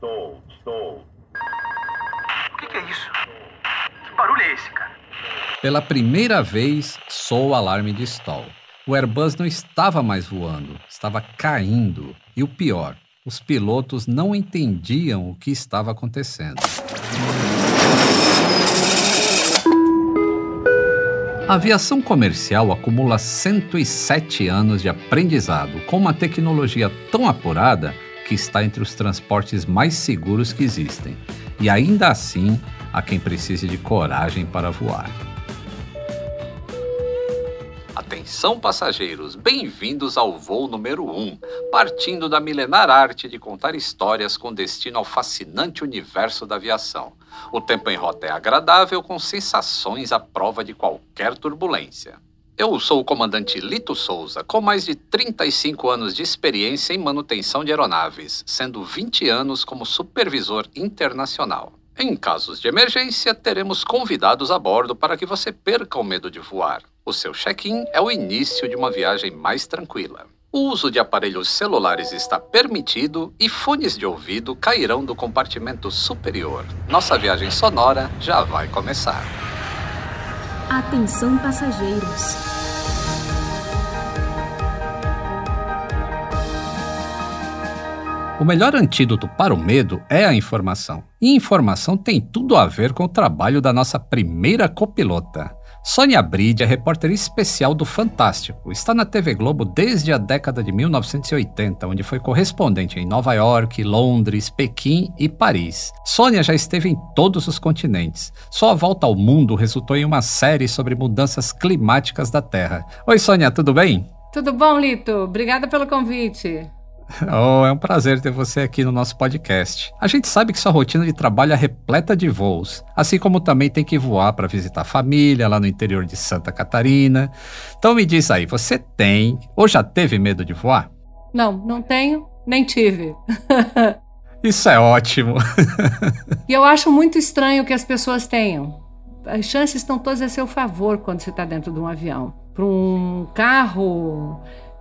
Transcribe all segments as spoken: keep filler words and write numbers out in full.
Estou, estou. O que, que é isso? Que barulho é esse, cara? Pela primeira vez, soa o alarme de stall. O Airbus não estava mais voando, estava caindo. E o pior, os pilotos não entendiam o que estava acontecendo. A aviação comercial acumula cento e sete anos de aprendizado com uma tecnologia tão apurada que está entre os transportes mais seguros que existem. E ainda assim, há quem precise de coragem para voar. Atenção passageiros, bem-vindos ao voo número um, partindo da milenar arte de contar histórias com destino ao fascinante universo da aviação. O tempo em rota é agradável, com sensações à prova de qualquer turbulência. Eu sou o comandante Lito Souza, com mais de trinta e cinco anos de experiência em manutenção de aeronaves, sendo vinte anos como supervisor internacional. Em casos de emergência, teremos convidados a bordo para que você perca o medo de voar. O seu check-in é o início de uma viagem mais tranquila. O uso de aparelhos celulares está permitido e fones de ouvido cairão do compartimento superior. Nossa viagem sonora já vai começar. Atenção passageiros. O melhor antídoto para o medo é a informação. E informação tem tudo a ver com o trabalho da nossa primeira copilota. Sônia Bride é repórter especial do Fantástico. Está na T V Globo desde a década de mil novecentos e oitenta, onde foi correspondente em Nova York, Londres, Pequim e Paris. Sônia já esteve em todos os continentes. Sua volta ao mundo resultou em uma série sobre mudanças climáticas da Terra. Oi, Sônia, tudo bem? Tudo bom, Lito? Obrigada pelo convite. Oh, é um prazer ter você aqui no nosso podcast. A gente sabe que sua rotina de trabalho é repleta de voos, assim como também tem que voar para visitar a família lá no interior de Santa Catarina. Então me diz aí, você tem ou já teve medo de voar? Não, não tenho, nem tive. Isso é ótimo. E eu acho muito estranho que as pessoas tenham. As chances estão todas a seu favor quando você está dentro de um avião. Para um carro...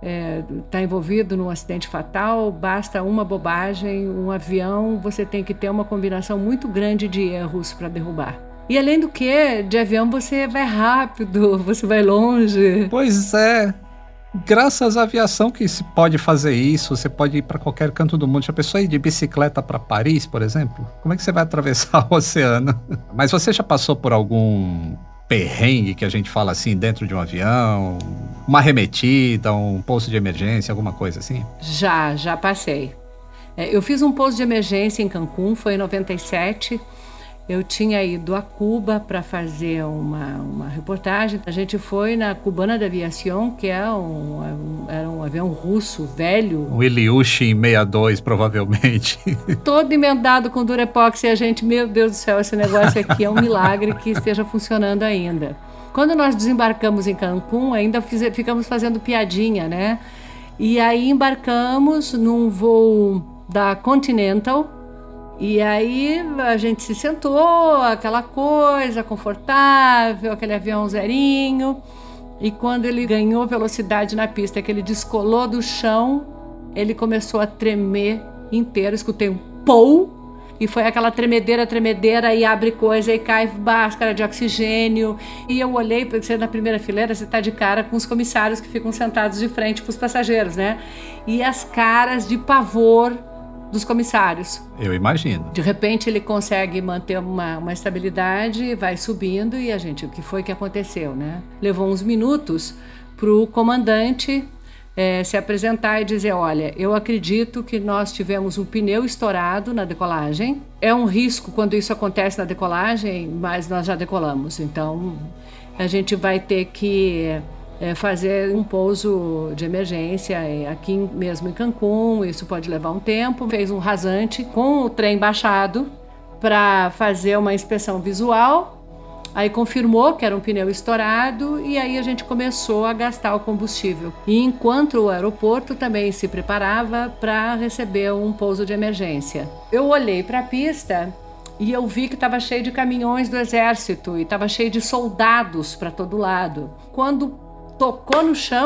está é, envolvido num acidente fatal, basta uma bobagem, um avião, você tem que ter uma combinação muito grande de erros para derrubar. E além do que, de avião você vai rápido, você vai longe. Pois é, graças à aviação que se pode fazer isso, você pode ir para qualquer canto do mundo. Já pensou ir de bicicleta para Paris, por exemplo? Como é que você vai atravessar o oceano? Mas você já passou por algum... perrengue, que a gente fala assim, dentro de um avião, uma arremetida, um pouso de emergência, alguma coisa assim? Já, já passei. É, eu fiz um pouso de emergência em Cancún, foi em noventa e sete. Eu tinha ido a Cuba para fazer uma, uma reportagem. A gente foi na Cubana de Aviación, que é um, um, era um avião russo, velho. Um Ilyushin sessenta e dois, provavelmente. Todo emendado com Durepox, e a gente, meu Deus do céu, esse negócio aqui é um milagre que esteja funcionando ainda. Quando nós desembarcamos em Cancún, ainda fiz, ficamos fazendo piadinha, né? E aí embarcamos num voo da Continental. E aí a gente se sentou, aquela coisa confortável, aquele avião zerinho. E quando ele ganhou velocidade na pista, que ele descolou do chão, ele começou a tremer inteiro. Escutei um pou, e foi aquela tremedeira, tremedeira, e abre coisa, e cai máscara de oxigênio. E eu olhei, porque você na primeira fileira, você está de cara com os comissários que ficam sentados de frente para os passageiros, né? E as caras de pavor dos comissários. Eu imagino. De repente ele consegue manter uma, uma estabilidade, vai subindo, e a gente, o que foi que aconteceu, né? Levou uns minutos para o comandante é, se apresentar e dizer, olha, eu acredito que nós tivemos um pneu estourado na decolagem. É um risco quando isso acontece na decolagem, mas nós já decolamos. Então a gente vai ter que É fazer um pouso de emergência aqui mesmo em Cancún, isso pode levar um tempo. Fez um rasante com o trem baixado para fazer uma inspeção visual, aí confirmou que era um pneu estourado, e aí a gente começou a gastar o combustível. E enquanto o aeroporto também se preparava para receber um pouso de emergência. Eu olhei para a pista e eu vi que estava cheio de caminhões do exército e estava cheio de soldados para todo lado. Quando tocou no chão,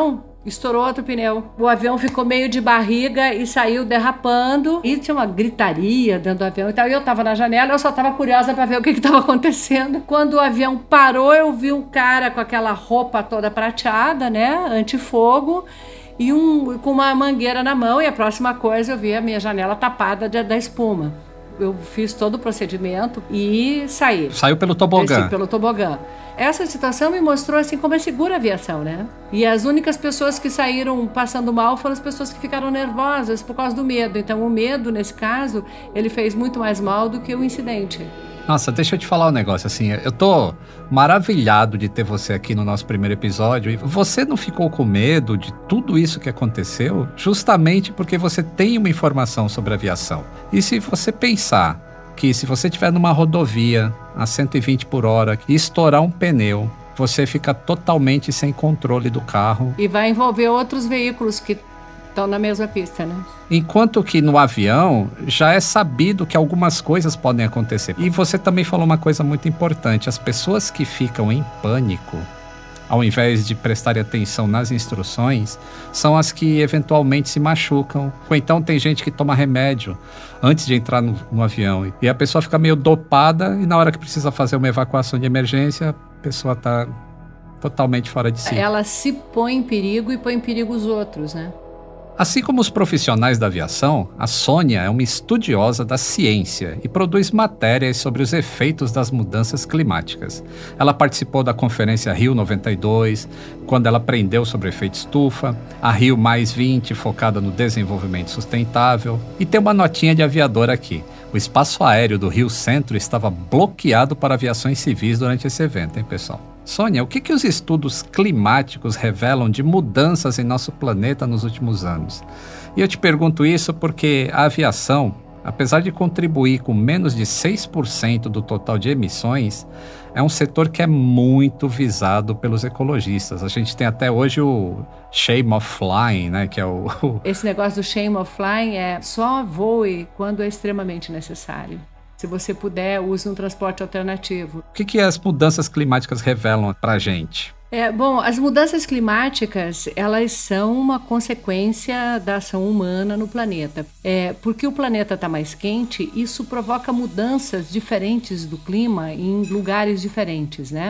estourou outro pneu. O avião ficou meio de barriga e saiu derrapando. E tinha uma gritaria dentro do avião e tal. E eu tava na janela, eu só tava curiosa pra ver o que que tava acontecendo. Quando o avião parou, eu vi um cara com aquela roupa toda prateada, né? Antifogo. E um, com uma mangueira na mão. E a próxima coisa, eu vi a minha janela tapada de, da espuma. Eu fiz todo o procedimento e saí. Saiu pelo tobogã. Desci pelo tobogã. Essa situação me mostrou assim como é segura a aviação, né? E as únicas pessoas que saíram passando mal foram as pessoas que ficaram nervosas por causa do medo. Então o medo, nesse caso, ele fez muito mais mal do que o incidente. Nossa, deixa eu te falar um negócio, assim, eu tô maravilhado de ter você aqui no nosso primeiro episódio. E você não ficou com medo de tudo isso que aconteceu? Justamente porque você tem uma informação sobre aviação. E se você pensar que se você estiver numa rodovia a cento e vinte por hora e estourar um pneu, você fica totalmente sem controle do carro. E vai envolver outros veículos que estão na mesma pista, né? Enquanto que no avião já é sabido que algumas coisas podem acontecer. E você também falou uma coisa muito importante. As pessoas que ficam em pânico, ao invés de prestarem atenção nas instruções, são as que eventualmente se machucam. Ou então tem gente que toma remédio antes de entrar no, no avião. E a pessoa fica meio dopada e na hora que precisa fazer uma evacuação de emergência, a pessoa está totalmente fora de si. Ela se põe em perigo e põe em perigo os outros, né? Assim como os profissionais da aviação, a Sônia é uma estudiosa da ciência e produz matérias sobre os efeitos das mudanças climáticas. Ela participou da Conferência Rio noventa e dois, quando ela aprendeu sobre o efeito estufa, a Rio mais vinte, focada no desenvolvimento sustentável, e tem uma notinha de aviador aqui. O espaço aéreo do Rio Centro estava bloqueado para aviações civis durante esse evento, hein, pessoal? Sônia, o que, que os estudos climáticos revelam de mudanças em nosso planeta nos últimos anos? E eu te pergunto isso porque a aviação, apesar de contribuir com menos de seis por cento do total de emissões, é um setor que é muito visado pelos ecologistas. A gente tem até hoje o shame of flying, né? Que é o... Esse negócio do shame of flying é só voe quando é extremamente necessário. Se você puder, use um transporte alternativo. O que, que as mudanças climáticas revelam para a gente? É, bom, as mudanças climáticas, elas são uma consequência da ação humana no planeta. É, porque o planeta está mais quente, isso provoca mudanças diferentes do clima em lugares diferentes, né?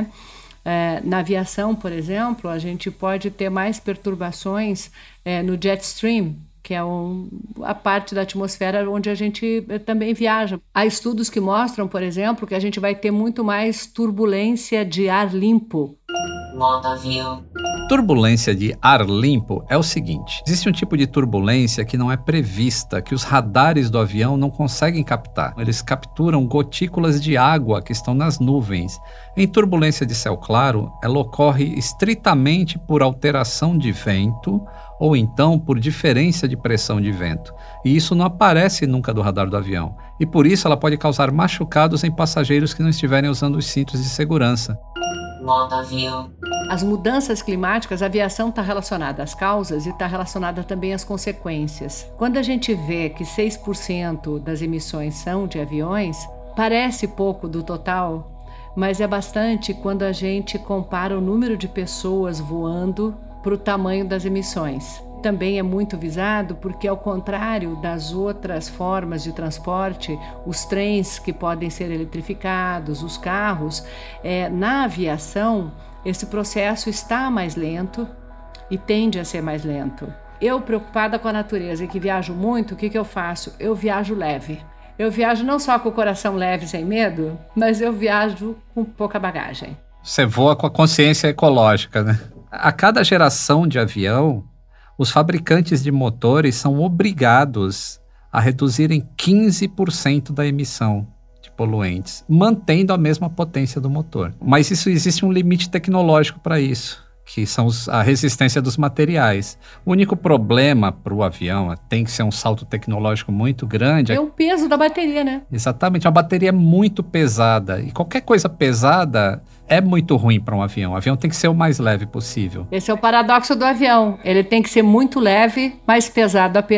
É, na aviação, por exemplo, a gente pode ter mais perturbações é, no jet stream, que é um, a parte da atmosfera onde a gente também viaja. Há estudos que mostram, por exemplo, que a gente vai ter muito mais turbulência de ar limpo. Modo avião. Turbulência de ar limpo é o seguinte: existe um tipo de turbulência que não é prevista, que os radares do avião não conseguem captar. Eles capturam gotículas de água que estão nas nuvens. Em turbulência de céu claro, ela ocorre estritamente por alteração de vento ou então por diferença de pressão de vento. E isso não aparece nunca do radar do avião. E por isso ela pode causar machucados em passageiros que não estiverem usando os cintos de segurança. Modo avião. As mudanças climáticas, a aviação está relacionada às causas e está relacionada também às consequências. Quando a gente vê que seis por cento das emissões são de aviões, parece pouco do total, mas é bastante quando a gente compara o número de pessoas voando para o tamanho das emissões. Também é muito visado porque, ao contrário das outras formas de transporte, os trens que podem ser eletrificados, os carros, é, na aviação, esse processo está mais lento e tende a ser mais lento. Eu, preocupada com a natureza e que viajo muito, o que, que eu faço? Eu viajo leve. Eu viajo não só com o coração leve, sem medo, mas eu viajo com pouca bagagem. Você voa com a consciência ecológica, né? A cada geração de avião, os fabricantes de motores são obrigados a reduzirem quinze por cento da emissão de poluentes, mantendo a mesma potência do motor. Mas isso existe um limite tecnológico para isso, que são os, a resistência dos materiais. O único problema para o avião, tem que ser um salto tecnológico muito grande. É o peso da bateria, né? Exatamente, a bateria é muito pesada e qualquer coisa pesada é muito ruim para um avião. O avião tem que ser o mais leve possível. Esse é o paradoxo do avião. Ele tem que ser muito leve, mais pesado apenas,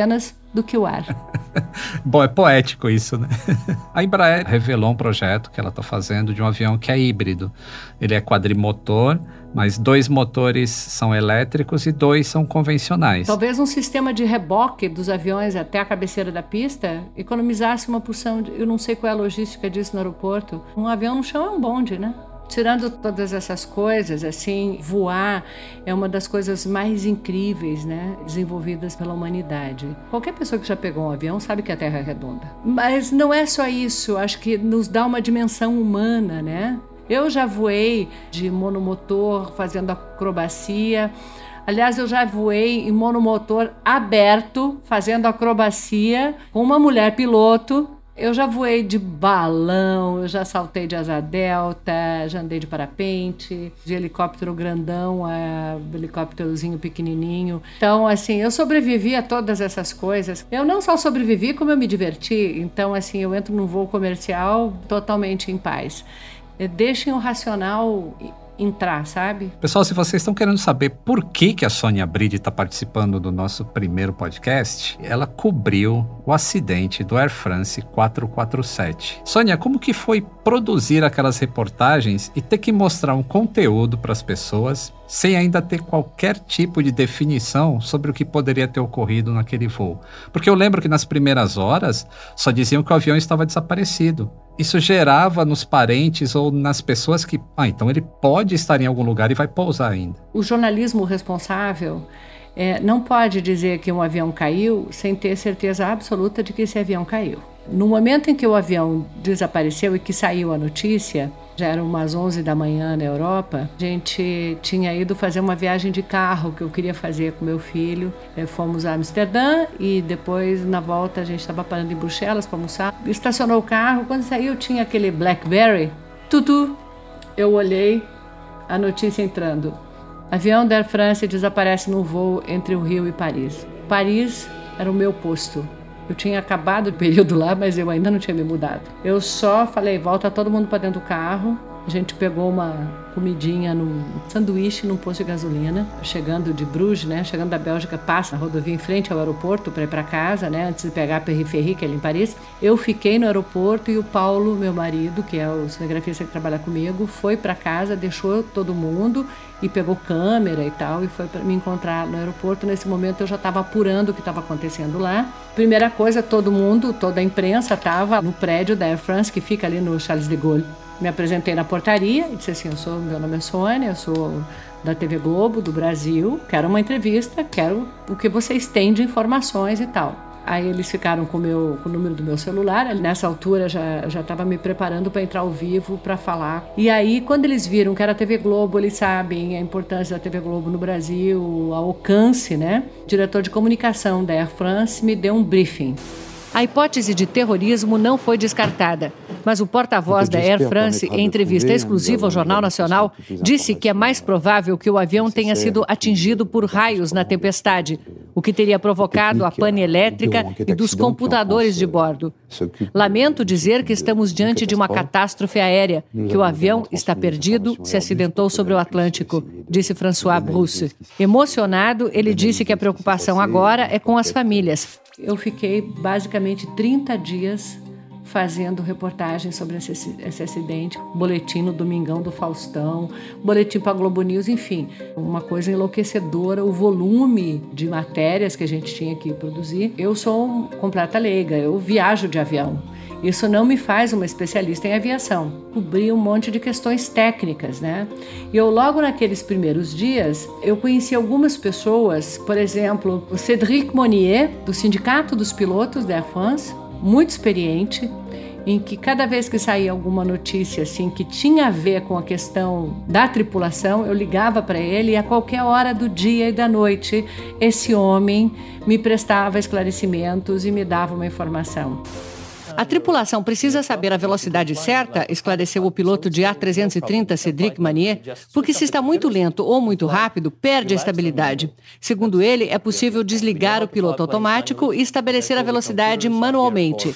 do que o ar. Bom, é poético isso, né? A Embraer revelou um projeto que ela está fazendo de um avião que é híbrido. Ele é quadrimotor, mas dois motores são elétricos e dois são convencionais. Talvez um sistema de reboque dos aviões até a cabeceira da pista economizasse uma porção de... Eu não sei qual é a logística disso no aeroporto. Um avião no chão é um bonde, né? Tirando todas essas coisas, assim, voar é uma das coisas mais incríveis, né, desenvolvidas pela humanidade. Qualquer pessoa que já pegou um avião sabe que a Terra é redonda. Mas não é só isso, acho que nos dá uma dimensão humana, né? Eu já voei de monomotor fazendo acrobacia. Aliás, eu já voei em monomotor aberto, fazendo acrobacia, com uma mulher piloto. Eu já voei de balão, eu já saltei de asa delta, já andei de parapente, de helicóptero grandão a helicópterozinho pequenininho. Então, assim, eu sobrevivi a todas essas coisas. Eu não só sobrevivi, como eu me diverti. Então, assim, eu entro num voo comercial totalmente em paz. Deixem o racional entrar, sabe? Pessoal, se vocês estão querendo saber por que, que a Sônia Bride está participando do nosso primeiro podcast, ela cobriu o acidente do Air France quatrocentos e quarenta e sete. Sônia, como que foi produzir aquelas reportagens e ter que mostrar um conteúdo para as pessoas sem ainda ter qualquer tipo de definição sobre o que poderia ter ocorrido naquele voo? Porque eu lembro que nas primeiras horas só diziam que o avião estava desaparecido. Isso gerava nos parentes ou nas pessoas que, ah, então ele pode estar em algum lugar e vai pousar ainda. O jornalismo responsável é, não pode dizer que um avião caiu sem ter certeza absoluta de que esse avião caiu. No momento em que o avião desapareceu e que saiu a notícia, já eram umas onze da manhã na Europa, a gente tinha ido fazer uma viagem de carro que eu queria fazer com meu filho. Fomos a Amsterdã e depois, na volta, a gente estava parando em Bruxelas para almoçar. Estacionou o carro, quando saiu tinha aquele BlackBerry. Tutu, eu olhei a notícia entrando. Avião da Air France desaparece num voo entre o Rio e Paris. Paris era o meu posto. Eu tinha acabado o período lá, mas eu ainda não tinha me mudado. Eu só falei, volta todo mundo para dentro do carro. A gente pegou uma comidinha, num sanduíche num posto de gasolina. Chegando de Bruges, né? Chegando da Bélgica, passa a rodovia em frente ao aeroporto para ir para casa, né? Antes de pegar a Périferie, que é ali em Paris. Eu fiquei no aeroporto e o Paulo, meu marido, que é o cinegrafista que trabalha comigo, foi para casa, deixou todo mundo e pegou câmera e tal, e foi para me encontrar no aeroporto. Nesse momento eu já estava apurando o que estava acontecendo lá. Primeira coisa, todo mundo, toda a imprensa estava no prédio da Air France, que fica ali no Charles de Gaulle. Me apresentei na portaria e disse assim, eu sou, meu nome é Sônia, eu sou da T V Globo, do Brasil, quero uma entrevista, quero o que vocês têm de informações e tal. Aí eles ficaram com, meu, com o número do meu celular. Nessa altura já estava me preparando para entrar ao vivo para falar. E aí, quando eles viram que era a T V Globo, eles sabem a importância da T V Globo no Brasil, o alcance, né? O diretor de comunicação da Air France me deu um briefing. A hipótese de terrorismo não foi descartada, mas o porta-voz da Air France, em entrevista exclusiva ao Jornal Nacional, disse que é mais provável que o avião tenha sido atingido por raios na tempestade, o que teria provocado a pane elétrica e dos computadores de bordo. Lamento dizer que estamos diante de uma catástrofe aérea, que o avião está perdido, se acidentou sobre o Atlântico, disse François Brousse. Emocionado, ele disse que a preocupação agora é com as famílias. Eu fiquei basicamente trinta dias fazendo reportagens sobre esse, esse acidente, boletim no Domingão do Faustão, boletim para a Globo News, enfim, uma coisa enlouquecedora, o volume de matérias que a gente tinha que produzir. Eu sou um completa leiga, eu viajo de avião. Isso não me faz uma especialista em aviação. Cobri um monte de questões técnicas, né? E eu, logo naqueles primeiros dias, eu conheci algumas pessoas, por exemplo, o Cédric Monnier, do Sindicato dos Pilotos da Air France, muito experiente, em que cada vez que saía alguma notícia assim que tinha a ver com a questão da tripulação, eu ligava para ele e a qualquer hora do dia e da noite, esse homem me prestava esclarecimentos e me dava uma informação. A tripulação precisa saber a velocidade certa, esclareceu o piloto de A trezentos e trinta, Cédric Monnier, porque se está muito lento ou muito rápido, perde a estabilidade. Segundo ele, é possível desligar o piloto automático e estabelecer a velocidade manualmente.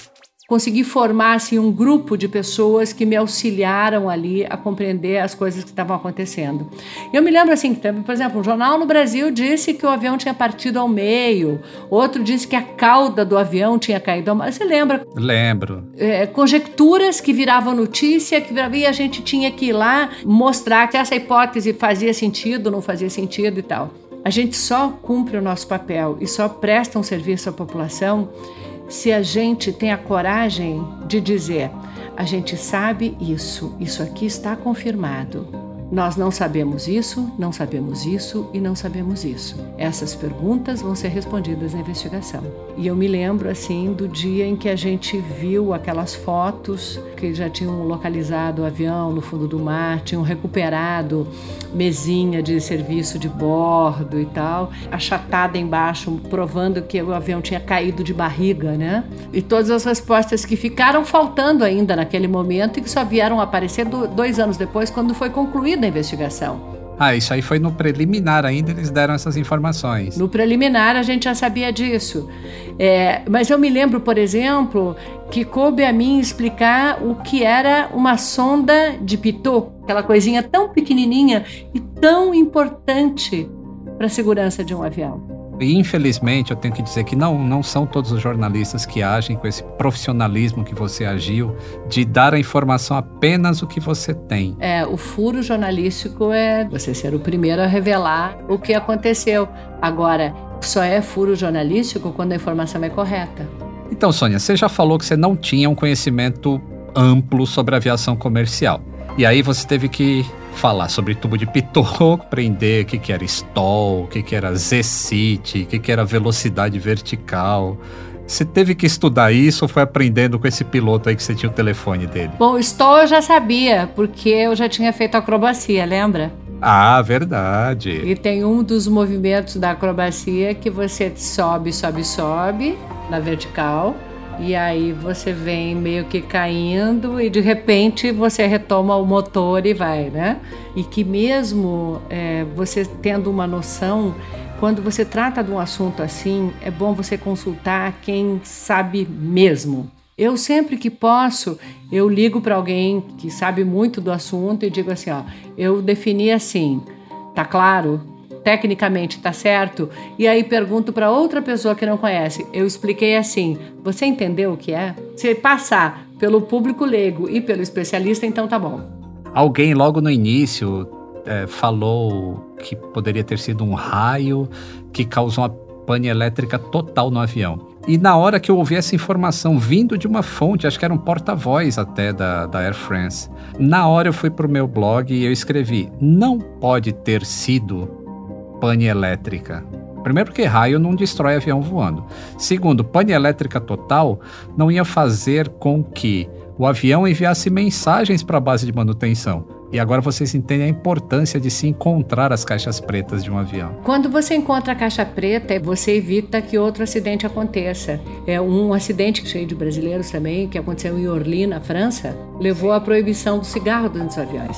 consegui formar assim, um grupo de pessoas que me auxiliaram ali a compreender as coisas que estavam acontecendo. Eu me lembro assim, que, por exemplo, um jornal no Brasil disse que o avião tinha partido ao meio, outro disse que a cauda do avião tinha caído ao meio. Você lembra? Lembro. É, conjecturas que viravam notícia, que viravam, e a gente tinha que ir lá mostrar que essa hipótese fazia sentido, não fazia sentido e tal. A gente só cumpre o nosso papel e só presta um serviço à população se a gente tem a coragem de dizer: a gente sabe isso, isso aqui está confirmado. Nós não sabemos isso, não sabemos isso e não sabemos isso. Essas perguntas vão ser respondidas na investigação. E eu me lembro, assim, do dia em que a gente viu aquelas fotos que já tinham localizado o avião no fundo do mar, tinham recuperado mesinha de serviço de bordo e tal, achatada embaixo, provando que o avião tinha caído de barriga, né? E todas as respostas que ficaram faltando ainda naquele momento e que só vieram aparecer do, dois anos depois, quando foi concluída a investigação. Ah, isso aí foi no preliminar ainda, eles deram essas informações. No preliminar a gente já sabia disso. É, mas eu me lembro, por exemplo, que coube a mim explicar o que era uma sonda de Pitot, aquela coisinha tão pequenininha e tão importante para a segurança de um avião. E infelizmente eu tenho que dizer que não, não são todos os jornalistas que agem com esse profissionalismo que você agiu, de dar a informação apenas o que você tem. É, o furo jornalístico é você ser o primeiro a revelar o que aconteceu. Agora, só é furo jornalístico quando a informação é correta. Então, Sônia, você já falou que você não tinha um conhecimento amplo sobre aviação comercial. E aí você teve que falar sobre tubo de Pitot, aprender o que, que era stall, o que, que era Z-Seat, o que, que era velocidade vertical. Você teve que estudar isso ou foi aprendendo com esse piloto aí que você tinha o telefone dele? Bom, stall eu já sabia, porque eu já tinha feito acrobacia, lembra? Ah, verdade. E tem um dos movimentos da acrobacia que você sobe, sobe, sobe na vertical. E aí você vem meio que caindo e de repente você retoma o motor e vai, né? E que mesmo é, você tendo uma noção, quando você trata de um assunto assim, é bom você consultar quem sabe mesmo. Eu sempre que posso, eu ligo para alguém que sabe muito do assunto e digo assim, ó, eu defini assim, tá claro? Tecnicamente tá certo? E aí pergunto para outra pessoa que não conhece. Eu expliquei assim, você entendeu o que é? Se passar pelo público leigo e pelo especialista, então tá bom. Alguém logo no início é, falou que poderia ter sido um raio que causou uma pane elétrica total no avião. E na hora que eu ouvi essa informação vindo de uma fonte, acho que era um porta-voz até da, da Air France, na hora eu fui pro meu blog e eu escrevi, não pode ter sido pane elétrica. Primeiro porque raio não destrói avião voando. Segundo, pane elétrica total não ia fazer com que o avião enviasse mensagens para a base de manutenção. E agora vocês entendem a importância de se encontrar as caixas pretas de um avião. Quando você encontra a caixa preta, você evita que outro acidente aconteça. É um acidente cheio de brasileiros também, que aconteceu em Orly, na França, levou à proibição do cigarro dentro dos aviões.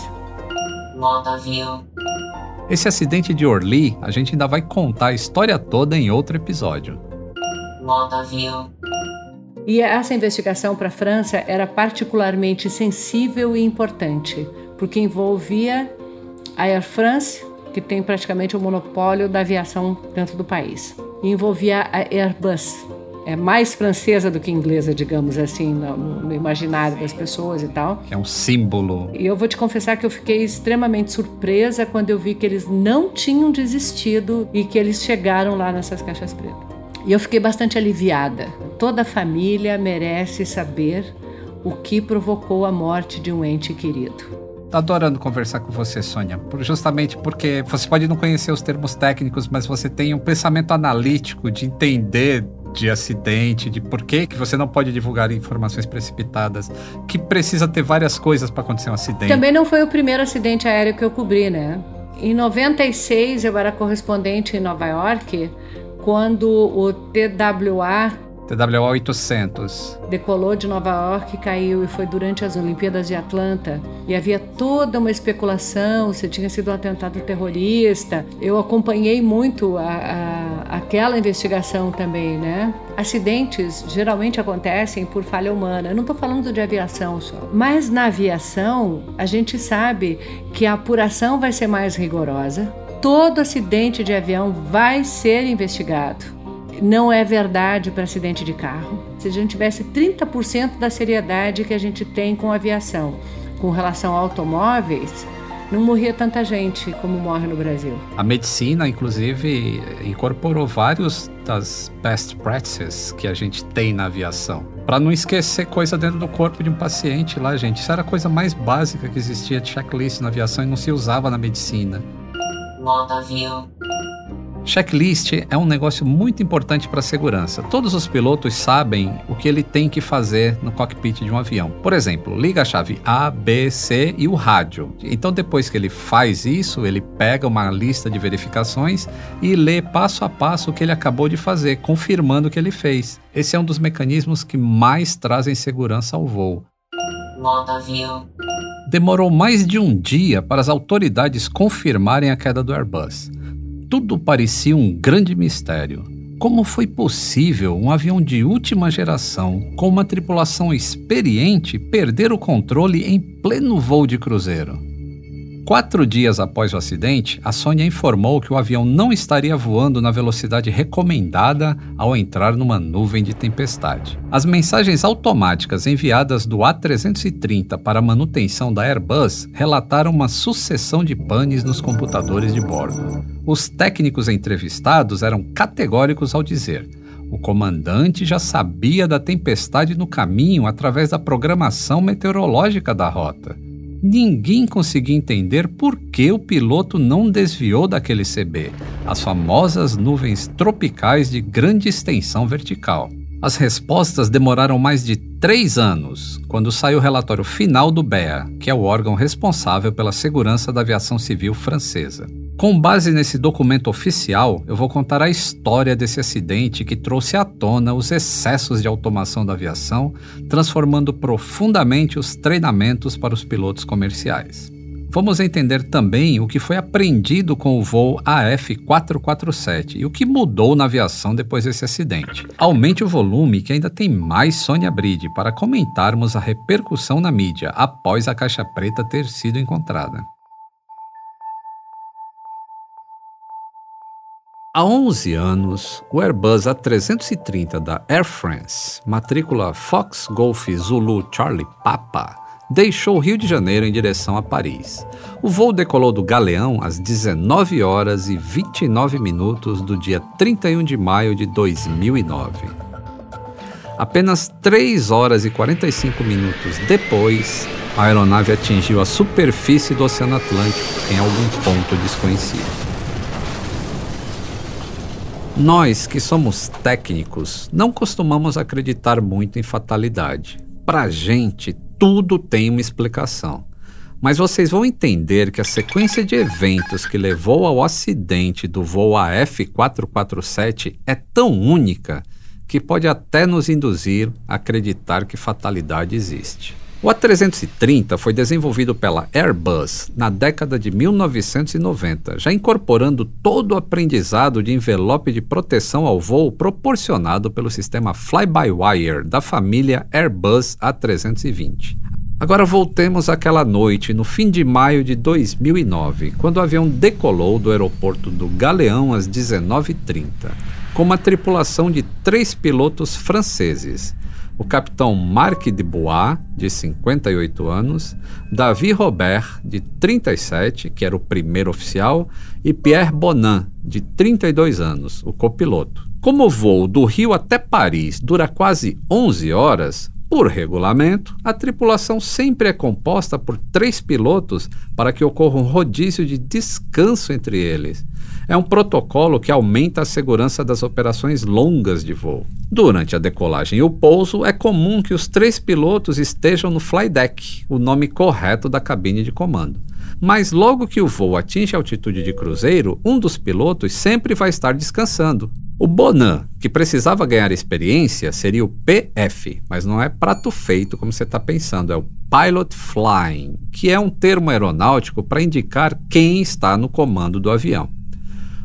Modo View. Esse acidente de Orly, a gente ainda vai contar a história toda em outro episódio. Modo View. E essa investigação para a França era particularmente sensível e importante, porque envolvia a Air France, que tem praticamente o monopólio da aviação dentro do país. E envolvia a Airbus, é mais francesa do que inglesa, digamos assim, no, no imaginário das pessoas e tal. É um símbolo. E eu vou te confessar que eu fiquei extremamente surpresa quando eu vi que eles não tinham desistido e que eles chegaram lá nessas caixas pretas. E eu fiquei bastante aliviada. Toda a família merece saber o que provocou a morte de um ente querido. Tô adorando conversar com você, Sônia, justamente porque você pode não conhecer os termos técnicos, mas você tem um pensamento analítico de entender de acidente, de por que que você não pode divulgar informações precipitadas, que precisa ter várias coisas para acontecer um acidente. Também não foi o primeiro acidente aéreo que eu cobri, né? Em noventa e seis eu era correspondente em Nova York, quando o T W A T W A oitocentos decolou de Nova York e caiu, e foi durante as Olimpíadas de Atlanta. E havia toda uma especulação se tinha sido um atentado terrorista. Eu acompanhei muito a, a, aquela investigação também, né? Acidentes geralmente acontecem por falha humana. Eu não estou falando de aviação só. Mas na aviação, a gente sabe que a apuração vai ser mais rigorosa. Todo acidente de avião vai ser investigado. Não é verdade para acidente de carro. Se a gente tivesse trinta por cento da seriedade que a gente tem com a aviação, com relação a automóveis, não morria tanta gente como morre no Brasil. A medicina, inclusive, incorporou vários das best practices que a gente tem na aviação. Para não esquecer coisa dentro do corpo de um paciente lá, gente. Isso era a coisa mais básica que existia de checklist na aviação e não se usava na medicina. Motaview. Checklist é um negócio muito importante para a segurança. Todos os pilotos sabem o que ele tem que fazer no cockpit de um avião. Por exemplo, liga a chave A, B, C e o rádio. Então, depois que ele faz isso, ele pega uma lista de verificações e lê passo a passo o que ele acabou de fazer, confirmando o que ele fez. Esse é um dos mecanismos que mais trazem segurança ao voo. Motaview. Demorou mais de um dia para as autoridades confirmarem a queda do Airbus. Tudo parecia um grande mistério. Como foi possível um avião de última geração, com uma tripulação experiente, perder o controle em pleno voo de cruzeiro? Quatro dias após o acidente, a Sônia informou que o avião não estaria voando na velocidade recomendada ao entrar numa nuvem de tempestade. As mensagens automáticas enviadas do A trezentos e trinta para a manutenção da Airbus relataram uma sucessão de panes nos computadores de bordo. Os técnicos entrevistados eram categóricos ao dizer: o comandante já sabia da tempestade no caminho através da programação meteorológica da rota. Ninguém conseguia entender por que o piloto não desviou daquele C B, as famosas nuvens tropicais de grande extensão vertical. As respostas demoraram mais de três anos, quando saiu o relatório final do B E A, que é o órgão responsável pela segurança da aviação civil francesa. Com base nesse documento oficial, eu vou contar a história desse acidente que trouxe à tona os excessos de automação da aviação, transformando profundamente os treinamentos para os pilotos comerciais. Vamos entender também o que foi aprendido com o voo A F quatrocentos e quarenta e sete e o que mudou na aviação depois desse acidente. Aumente o volume que ainda tem mais Sônia Bride para comentarmos a repercussão na mídia após a caixa preta ter sido encontrada. Há onze anos, o Airbus A trezentos e trinta da Air France, matrícula Fox Golf Zulu Charlie Papa, deixou o Rio de Janeiro em direção a Paris. O voo decolou do Galeão às dezenove horas e vinte e nove minutos do dia trinta e um de maio de dois mil e nove. Apenas três horas e quarenta e cinco minutos depois, a aeronave atingiu a superfície do Oceano Atlântico em algum ponto desconhecido. Nós, que somos técnicos, não costumamos acreditar muito em fatalidade. Pra gente, tudo tem uma explicação. Mas vocês vão entender que a sequência de eventos que levou ao acidente do voo A F quatrocentos e quarenta e sete é tão única que pode até nos induzir a acreditar que fatalidade existe. O A trezentos e trinta foi desenvolvido pela Airbus na década de mil novecentos e noventa, já incorporando todo o aprendizado de envelope de proteção ao voo proporcionado pelo sistema Fly-by-Wire da família Airbus A trezentos e vinte. Agora voltemos àquela noite, no fim de maio de dois mil e nove, quando o avião decolou do aeroporto do Galeão às dezenove e trinta, com uma tripulação de três pilotos franceses. O capitão Marc Dubois, de cinquenta e oito anos, David Robert, de trinta e sete, que era o primeiro oficial, e Pierre Bonin, de trinta e dois anos, o copiloto. Como o voo do Rio até Paris dura quase onze horas, por regulamento, a tripulação sempre é composta por três pilotos para que ocorra um rodízio de descanso entre eles. É um protocolo que aumenta a segurança das operações longas de voo. Durante a decolagem e o pouso, é comum que os três pilotos estejam no fly deck, o nome correto da cabine de comando. Mas logo que o voo atinge a altitude de cruzeiro, um dos pilotos sempre vai estar descansando. O Bonin, que precisava ganhar experiência, seria o P F, mas não é prato feito como você está pensando, é o Pilot Flying, que é um termo aeronáutico para indicar quem está no comando do avião.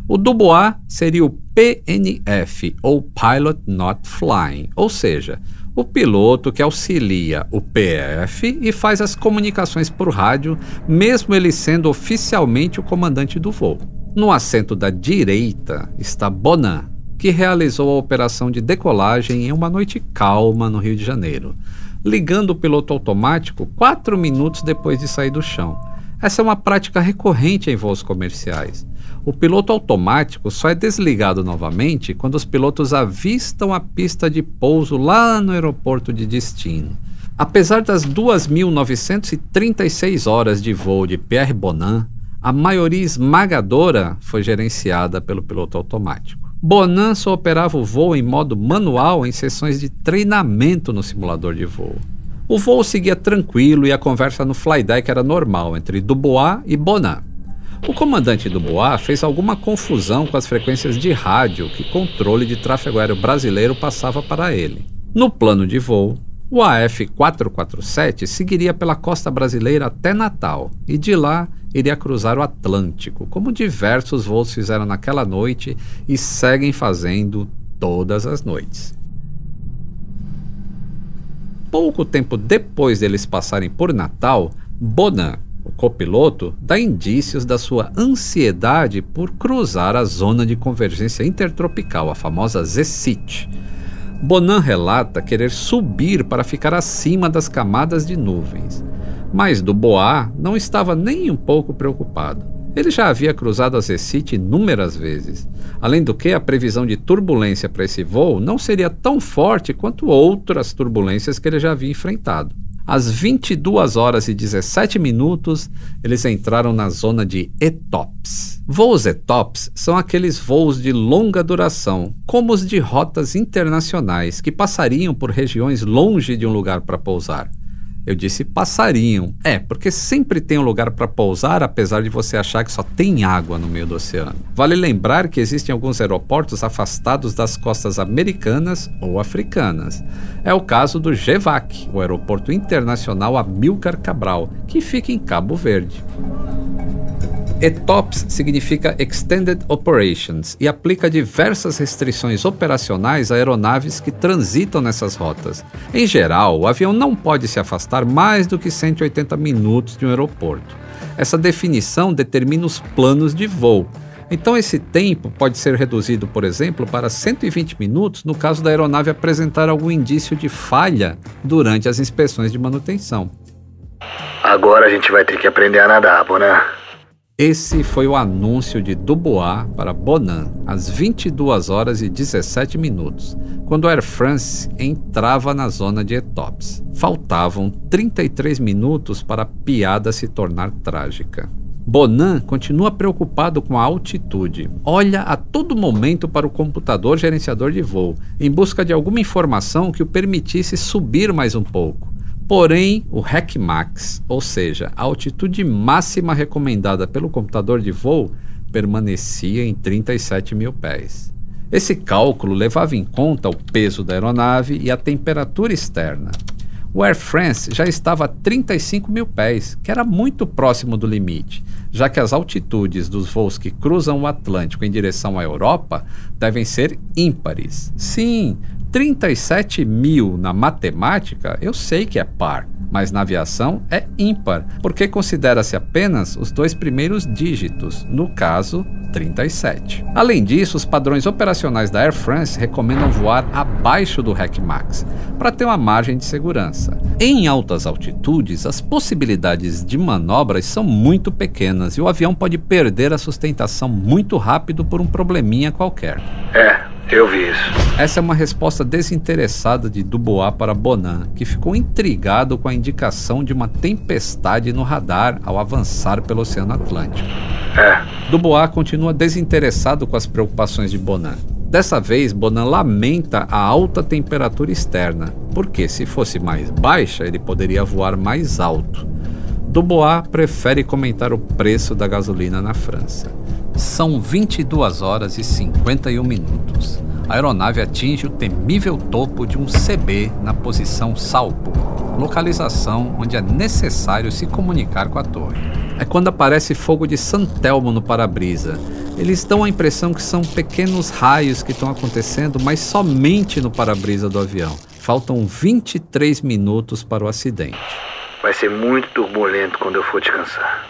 O Dubois seria o P N F, ou Pilot Not Flying, ou seja, o piloto que auxilia o P F e faz as comunicações por rádio, mesmo ele sendo oficialmente o comandante do voo. No assento da direita está Bonin, que realizou a operação de decolagem em uma noite calma no Rio de Janeiro, ligando o piloto automático quatro minutos depois de sair do chão. Essa é uma prática recorrente em voos comerciais. O piloto automático só é desligado novamente quando os pilotos avistam a pista de pouso lá no aeroporto de destino. Apesar das duas mil novecentas e trinta e seis horas de voo de Pierre Bonin, a maioria esmagadora foi gerenciada pelo piloto automático. Bonin só operava o voo em modo manual em sessões de treinamento no simulador de voo. O voo seguia tranquilo e a conversa no flydeck era normal entre Dubois e Bonin. O comandante Dubois fez alguma confusão com as frequências de rádio que o controle de tráfego aéreo brasileiro passava para ele. No plano de voo, o A F quatrocentos e quarenta e sete seguiria pela costa brasileira até Natal e de lá iria cruzar o Atlântico, como diversos voos fizeram naquela noite e seguem fazendo todas as noites. Pouco tempo depois deles passarem por Natal, Bonin, o copiloto, dá indícios da sua ansiedade por cruzar a zona de convergência intertropical, a famosa Z C I T. Bonin relata querer subir para ficar acima das camadas de nuvens, mas Dubois não estava nem um pouco preocupado. Ele já havia cruzado a Z C I T inúmeras vezes. Além do que, a previsão de turbulência para esse voo não seria tão forte quanto outras turbulências que ele já havia enfrentado. Às vinte e duas horas e dezessete minutos, eles entraram na zona de E T O P S. Voos E T O P S são aqueles voos de longa duração, como os de rotas internacionais, que passariam por regiões longe de um lugar para pousar. Eu disse passariam. É, porque sempre tem um lugar para pousar, apesar de você achar que só tem água no meio do oceano. Vale lembrar que existem alguns aeroportos afastados das costas americanas ou africanas. É o caso do G V A C, o Aeroporto Internacional Amílcar Cabral, que fica em Cabo Verde. E T O P S significa Extended Operations e aplica diversas restrições operacionais a aeronaves que transitam nessas rotas. Em geral, o avião não pode se afastar mais do que cento e oitenta minutos de um aeroporto. Essa definição determina os planos de voo. Então esse tempo pode ser reduzido, por exemplo, para cento e vinte minutos no caso da aeronave apresentar algum indício de falha durante as inspeções de manutenção. Agora a gente vai ter que aprender a nadar, Bonin. Esse foi o anúncio de Dubois para Bonin, às vinte e duas horas e dezessete minutos, quando a Air France entrava na zona de E T O P S. Faltavam trinta e três minutos para a piada se tornar trágica. Bonin continua preocupado com a altitude. Olha a todo momento para o computador gerenciador de voo, em busca de alguma informação que o permitisse subir mais um pouco. Porém, o R E C Max, ou seja, a altitude máxima recomendada pelo computador de voo, permanecia em trinta e sete mil pés. Esse cálculo levava em conta o peso da aeronave e a temperatura externa. O Air France já estava a trinta e cinco mil pés, que era muito próximo do limite, já que as altitudes dos voos que cruzam o Atlântico em direção à Europa devem ser ímpares. Sim, trinta e sete mil na matemática eu sei que é par, mas na aviação é ímpar, porque considera-se apenas os dois primeiros dígitos, no caso, trinta e sete. Além disso, os padrões operacionais da Air France recomendam voar abaixo do R E C Max, para ter uma margem de segurança. Em altas altitudes, as possibilidades de manobras são muito pequenas e o avião pode perder a sustentação muito rápido por um probleminha qualquer. É, eu vi isso. Essa é uma resposta desinteressada de Dubois para Bonin, que ficou intrigado com a indicação de uma tempestade no radar ao avançar pelo Oceano Atlântico. É. Dubois continua desinteressado com as preocupações de Bonin. Dessa vez, Bonin lamenta a alta temperatura externa, porque se fosse mais baixa, ele poderia voar mais alto. Dubois prefere comentar o preço da gasolina na França. São vinte e duas horas e cinquenta e um minutos. A aeronave atinge o temível topo de um C B na posição Salpo, localização onde é necessário se comunicar com a torre. é quando aparece fogo de San Telmo no para-brisa. Eles dão a impressão que são pequenos raios que estão acontecendo, mas somente no para-brisa do avião. Faltam vinte e três minutos para o acidente. Vai ser muito turbulento quando eu for descansar.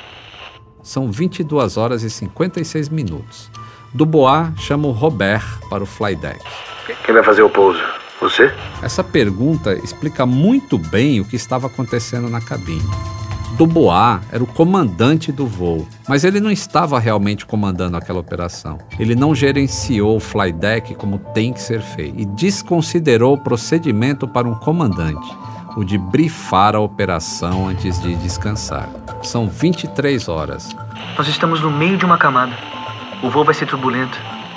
São vinte e duas horas e cinquenta e seis minutos. Dubois chama o Robert para o flydeck. Quem vai fazer o pouso? Você? Essa pergunta explica muito bem o que estava acontecendo na cabine. Dubois era o comandante do voo, mas ele não estava realmente comandando aquela operação. Ele não gerenciou o flydeck como tem que ser feito e desconsiderou o procedimento para um comandante, o de brifar a operação antes de descansar. São vinte e três horas. Nós estamos no meio de uma camada. O voo vai ser turbulento.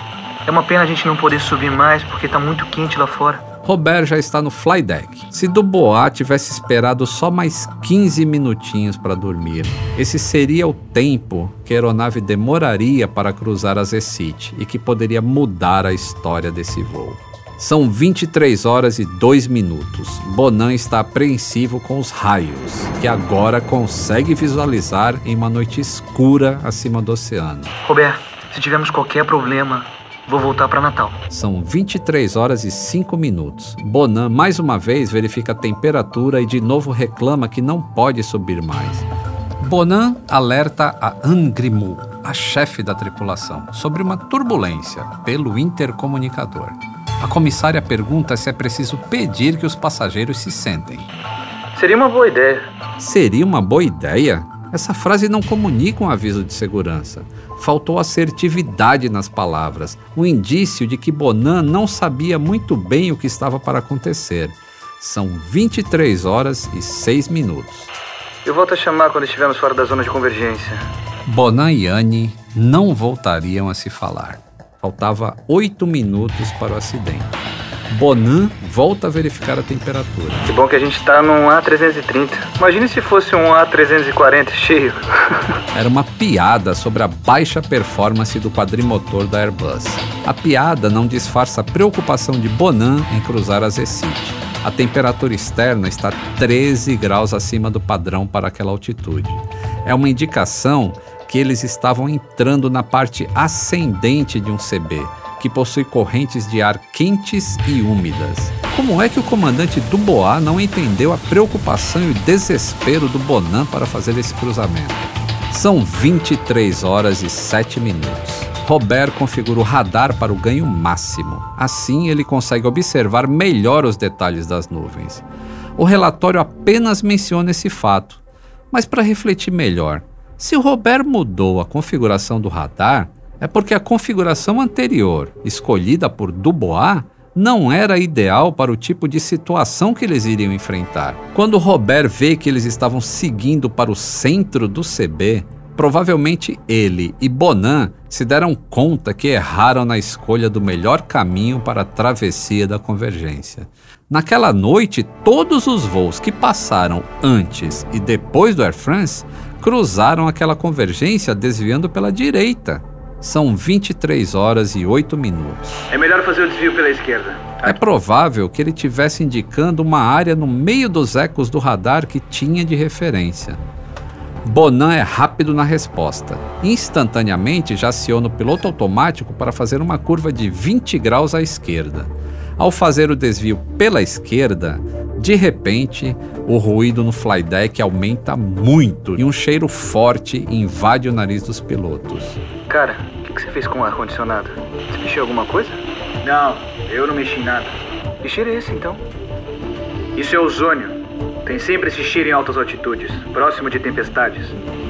É uma pena a gente não poder subir mais porque está muito quente lá fora. Robert já está no flydeck. Se Dubois tivesse esperado só mais quinze minutinhos para dormir, esse seria o tempo que a aeronave demoraria para cruzar a Zecite e que poderia mudar a história desse voo. São vinte e três horas e dois minutos. Bonan está apreensivo com os raios, que agora consegue visualizar em uma noite escura acima do oceano. Robert, se tivermos qualquer problema, vou voltar para Natal. São vinte e três horas e cinco minutos. Bonan mais uma vez verifica a temperatura e de novo reclama que não pode subir mais. Bonan alerta a Anne Grimaud, a chefe da tripulação, sobre uma turbulência pelo intercomunicador. A comissária pergunta se é preciso pedir que os passageiros se sentem. Seria uma boa ideia. Seria uma boa ideia? Essa frase não comunica um aviso de segurança. Faltou assertividade nas palavras, um indício de que Bonan não sabia muito bem o que estava para acontecer. São vinte e três horas e seis minutos. Eu volto a chamar quando estivermos fora da zona de convergência. Bonan e Anne não voltariam a se falar. Faltava oito minutos para o acidente. Bonan volta a verificar a temperatura. Que bom que a gente está num A trezentos e trinta. Imagine se fosse um A trezentos e quarenta cheio. Era uma piada sobre a baixa performance do quadrimotor da Airbus. A piada não disfarça a preocupação de Bonan em cruzar a Zecite. A temperatura externa está treze graus acima do padrão para aquela altitude. É uma indicação que eles estavam entrando na parte ascendente de um C B, que possui correntes de ar quentes e úmidas. Como é que o comandante Dubois não entendeu a preocupação e o desespero do Bonan para fazer esse cruzamento? São vinte e três horas e sete minutos. Robert configura o radar para o ganho máximo. Assim, ele consegue observar melhor os detalhes das nuvens. O relatório apenas menciona esse fato. Mas para refletir melhor, se o Robert mudou a configuração do radar, é porque a configuração anterior, escolhida por Dubois, não era ideal para o tipo de situação que eles iriam enfrentar. Quando Robert vê que eles estavam seguindo para o centro do C B, provavelmente ele e Bonan se deram conta que erraram na escolha do melhor caminho para a travessia da convergência. Naquela noite, todos os voos que passaram antes e depois do Air France cruzaram aquela convergência desviando pela direita. São vinte e três horas e oito minutos. É melhor fazer o desvio pela esquerda. É provável que ele estivesse indicando uma área no meio dos ecos do radar que tinha de referência. Bonan é rápido na resposta. Instantaneamente já aciona o piloto automático para fazer uma curva de vinte graus à esquerda. Ao fazer o desvio pela esquerda, de repente, o ruído no flydeck aumenta muito e um cheiro forte invade o nariz dos pilotos. Cara, o que, que você fez com o ar-condicionado? Você mexeu alguma coisa? Não, eu não mexi em nada. Que cheiro é esse, então? Isso é ozônio. Tem sempre esse cheiro em altas altitudes, próximo de tempestades.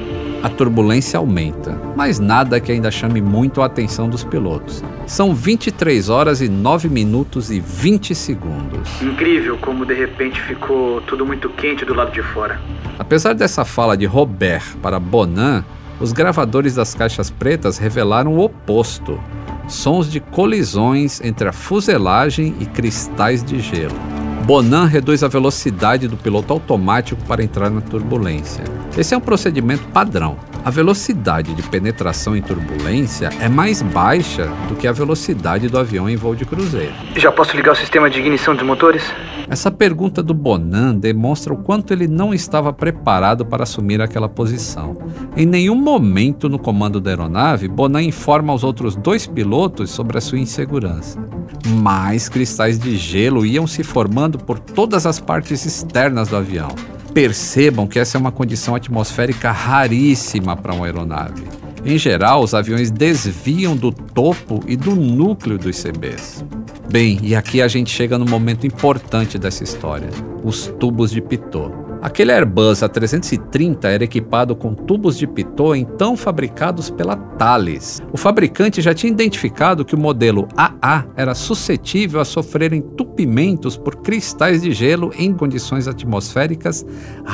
A turbulência aumenta, mas nada que ainda chame muito a atenção dos pilotos. São vinte e três horas e nove minutos e vinte segundos. Incrível como de repente ficou tudo muito quente do lado de fora. Apesar dessa fala de Robert para Bonan, os gravadores das caixas pretas revelaram o oposto. Sons de colisões entre a fuselagem e cristais de gelo. Bonan reduz a velocidade do piloto automático para entrar na turbulência. Esse é um procedimento padrão. A velocidade de penetração em turbulência é mais baixa do que a velocidade do avião em voo de cruzeiro. Já posso ligar o sistema de ignição dos motores? Essa pergunta do Bonan demonstra o quanto ele não estava preparado para assumir aquela posição. Em nenhum momento no comando da aeronave, Bonan informa aos outros dois pilotos sobre a sua insegurança. Mais cristais de gelo iam se formando por todas as partes externas do avião. Percebam que essa é uma condição atmosférica raríssima para uma aeronave. Em geral, os aviões desviam do topo e do núcleo dos C Bs. Bem, e aqui a gente chega no momento importante dessa história, os tubos de Pitot. Aquele Airbus A trezentos e trinta era equipado com tubos de Pitot então fabricados pela Thales. O fabricante já tinha identificado que o modelo A A era suscetível a sofrer entupimentos por cristais de gelo em condições atmosféricas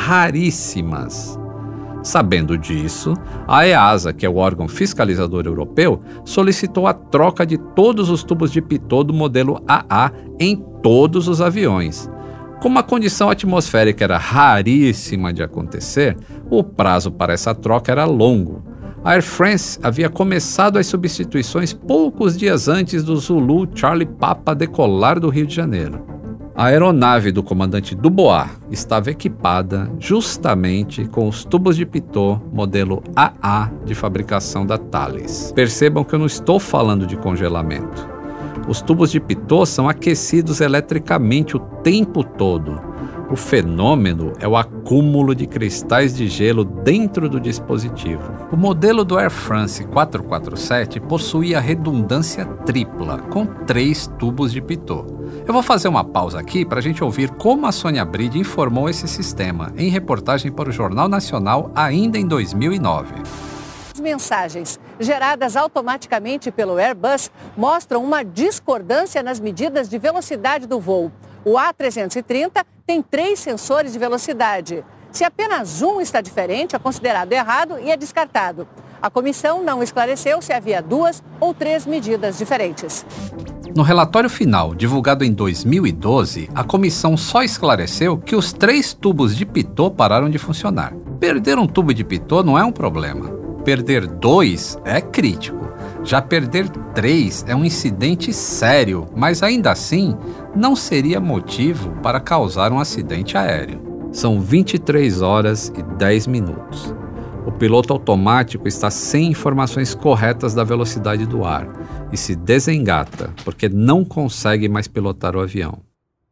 raríssimas. Sabendo disso, a EASA, que é o órgão fiscalizador europeu, solicitou a troca de todos os tubos de Pitot do modelo A A em todos os aviões. Como a condição atmosférica era raríssima de acontecer, o prazo para essa troca era longo. A Air France havia começado as substituições poucos dias antes do Zulu Charlie Papa decolar do Rio de Janeiro. A aeronave do comandante Dubois estava equipada justamente com os tubos de Pitot modelo A A de fabricação da Thales. Percebam que eu não estou falando de congelamento. Os tubos de Pitot são aquecidos eletricamente o tempo todo. O fenômeno é o acúmulo de cristais de gelo dentro do dispositivo. O modelo do Air France quatrocentos e quarenta e sete possuía redundância tripla, com três tubos de Pitot. Eu vou fazer uma pausa aqui para a gente ouvir como a Sônia Bride informou esse sistema, em reportagem para o Jornal Nacional ainda em dois mil e nove. As mensagens geradas automaticamente pelo Airbus mostram uma discordância nas medidas de velocidade do voo. O A trezentos e trinta tem três sensores de velocidade. Se apenas um está diferente, é considerado errado e é descartado. A comissão não esclareceu se havia duas ou três medidas diferentes. No relatório final, divulgado em dois mil e doze, a comissão só esclareceu que os três tubos de Pitot pararam de funcionar. Perder um tubo de Pitot não é um problema. Perder dois é crítico. Já perder três é um incidente sério, mas ainda assim não seria motivo para causar um acidente aéreo. São vinte e três horas e dez minutos. O piloto automático está sem informações corretas da velocidade do ar e se desengata porque não consegue mais pilotar o avião.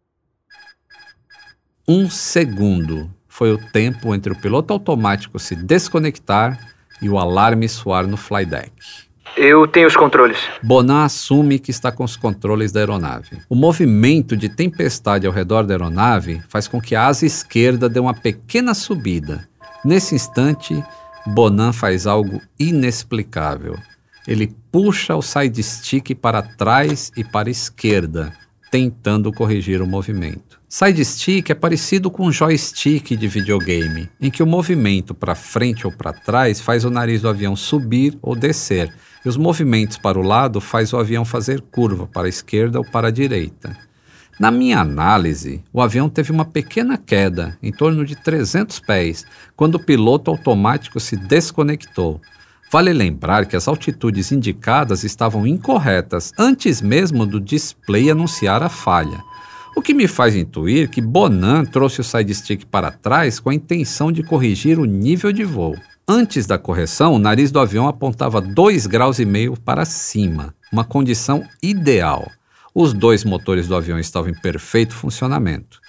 Um segundo foi o tempo entre o piloto automático se desconectar e o alarme soar no flydeck. Eu tenho os controles. Bonan assume que está com os controles da aeronave. O movimento de tempestade ao redor da aeronave faz com que a asa esquerda dê uma pequena subida. Nesse instante, Bonan faz algo inexplicável. Ele puxa o side stick para trás e para a esquerda, tentando corrigir o movimento. Side stick é parecido com um joystick de videogame, em que o movimento para frente ou para trás faz o nariz do avião subir ou descer, e os movimentos para o lado faz o avião fazer curva para a esquerda ou para a direita. Na minha análise, o avião teve uma pequena queda, em torno de trezentos pés, quando o piloto automático se desconectou. Vale lembrar que as altitudes indicadas estavam incorretas antes mesmo do display anunciar a falha. O que me faz intuir que Bonan trouxe o side stick para trás com a intenção de corrigir o nível de voo. Antes da correção, o nariz do avião apontava dois graus e meio para cima, uma condição ideal. Os dois motores do avião estavam em perfeito funcionamento,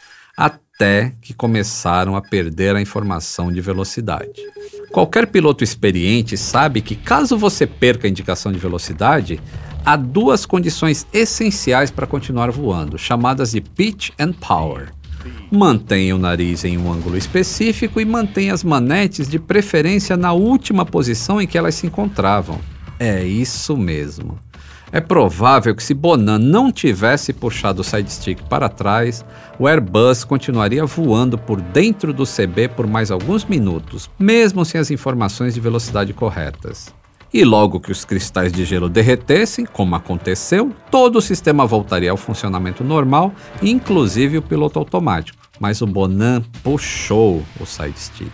até que começaram a perder a informação de velocidade. Qualquer piloto experiente sabe que, caso você perca a indicação de velocidade, há duas condições essenciais para continuar voando, chamadas de pitch and power. Mantenha o nariz em um ângulo específico e mantenha as manetes de preferência na última posição em que elas se encontravam. É isso mesmo. É provável que se Bonan não tivesse puxado o side stick para trás, o Airbus continuaria voando por dentro do C B por mais alguns minutos, mesmo sem as informações de velocidade corretas. E logo que os cristais de gelo derretessem, como aconteceu, todo o sistema voltaria ao funcionamento normal, inclusive o piloto automático. Mas o Bonan puxou o side stick.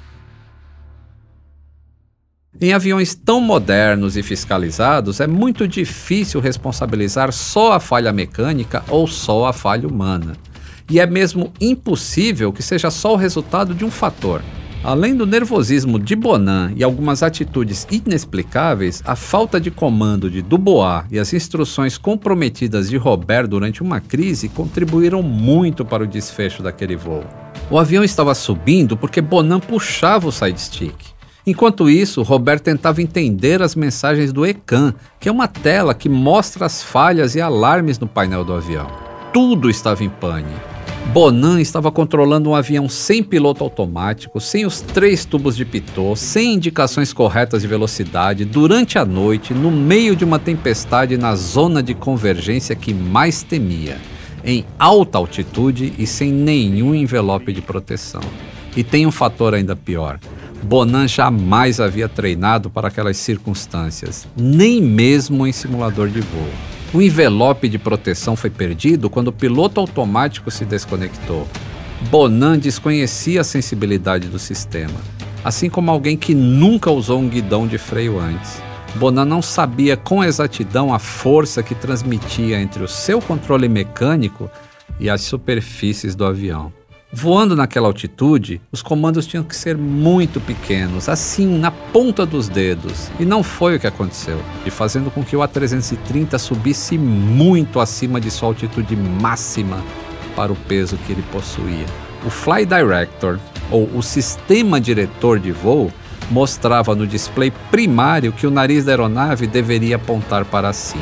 Em aviões tão modernos e fiscalizados, é muito difícil responsabilizar só a falha mecânica ou só a falha humana. E é mesmo impossível que seja só o resultado de um fator. Além do nervosismo de Bonan e algumas atitudes inexplicáveis, a falta de comando de Dubois e as instruções comprometidas de Robert durante uma crise contribuíram muito para o desfecho daquele voo. O avião estava subindo porque Bonan puxava o side-stick. Enquanto isso, Robert tentava entender as mensagens do ECAN, que é uma tela que mostra as falhas e alarmes no painel do avião. Tudo estava em pane. Bonan estava controlando um avião sem piloto automático, sem os três tubos de pitot, sem indicações corretas de velocidade, durante a noite, no meio de uma tempestade na zona de convergência que mais temia, em alta altitude e sem nenhum envelope de proteção. E tem um fator ainda pior. Bonan jamais havia treinado para aquelas circunstâncias, nem mesmo em simulador de voo. O envelope de proteção foi perdido quando o piloto automático se desconectou. Bonan desconhecia a sensibilidade do sistema, assim como alguém que nunca usou um guidão de freio antes. Bonan não sabia com exatidão a força que transmitia entre o seu controle mecânico e as superfícies do avião. Voando naquela altitude, os comandos tinham que ser muito pequenos, assim, na ponta dos dedos. E não foi o que aconteceu, e fazendo com que o A trezentos e trinta subisse muito acima de sua altitude máxima para o peso que ele possuía. O Fly Director, ou o sistema diretor de voo, mostrava no display primário que o nariz da aeronave deveria apontar para cima.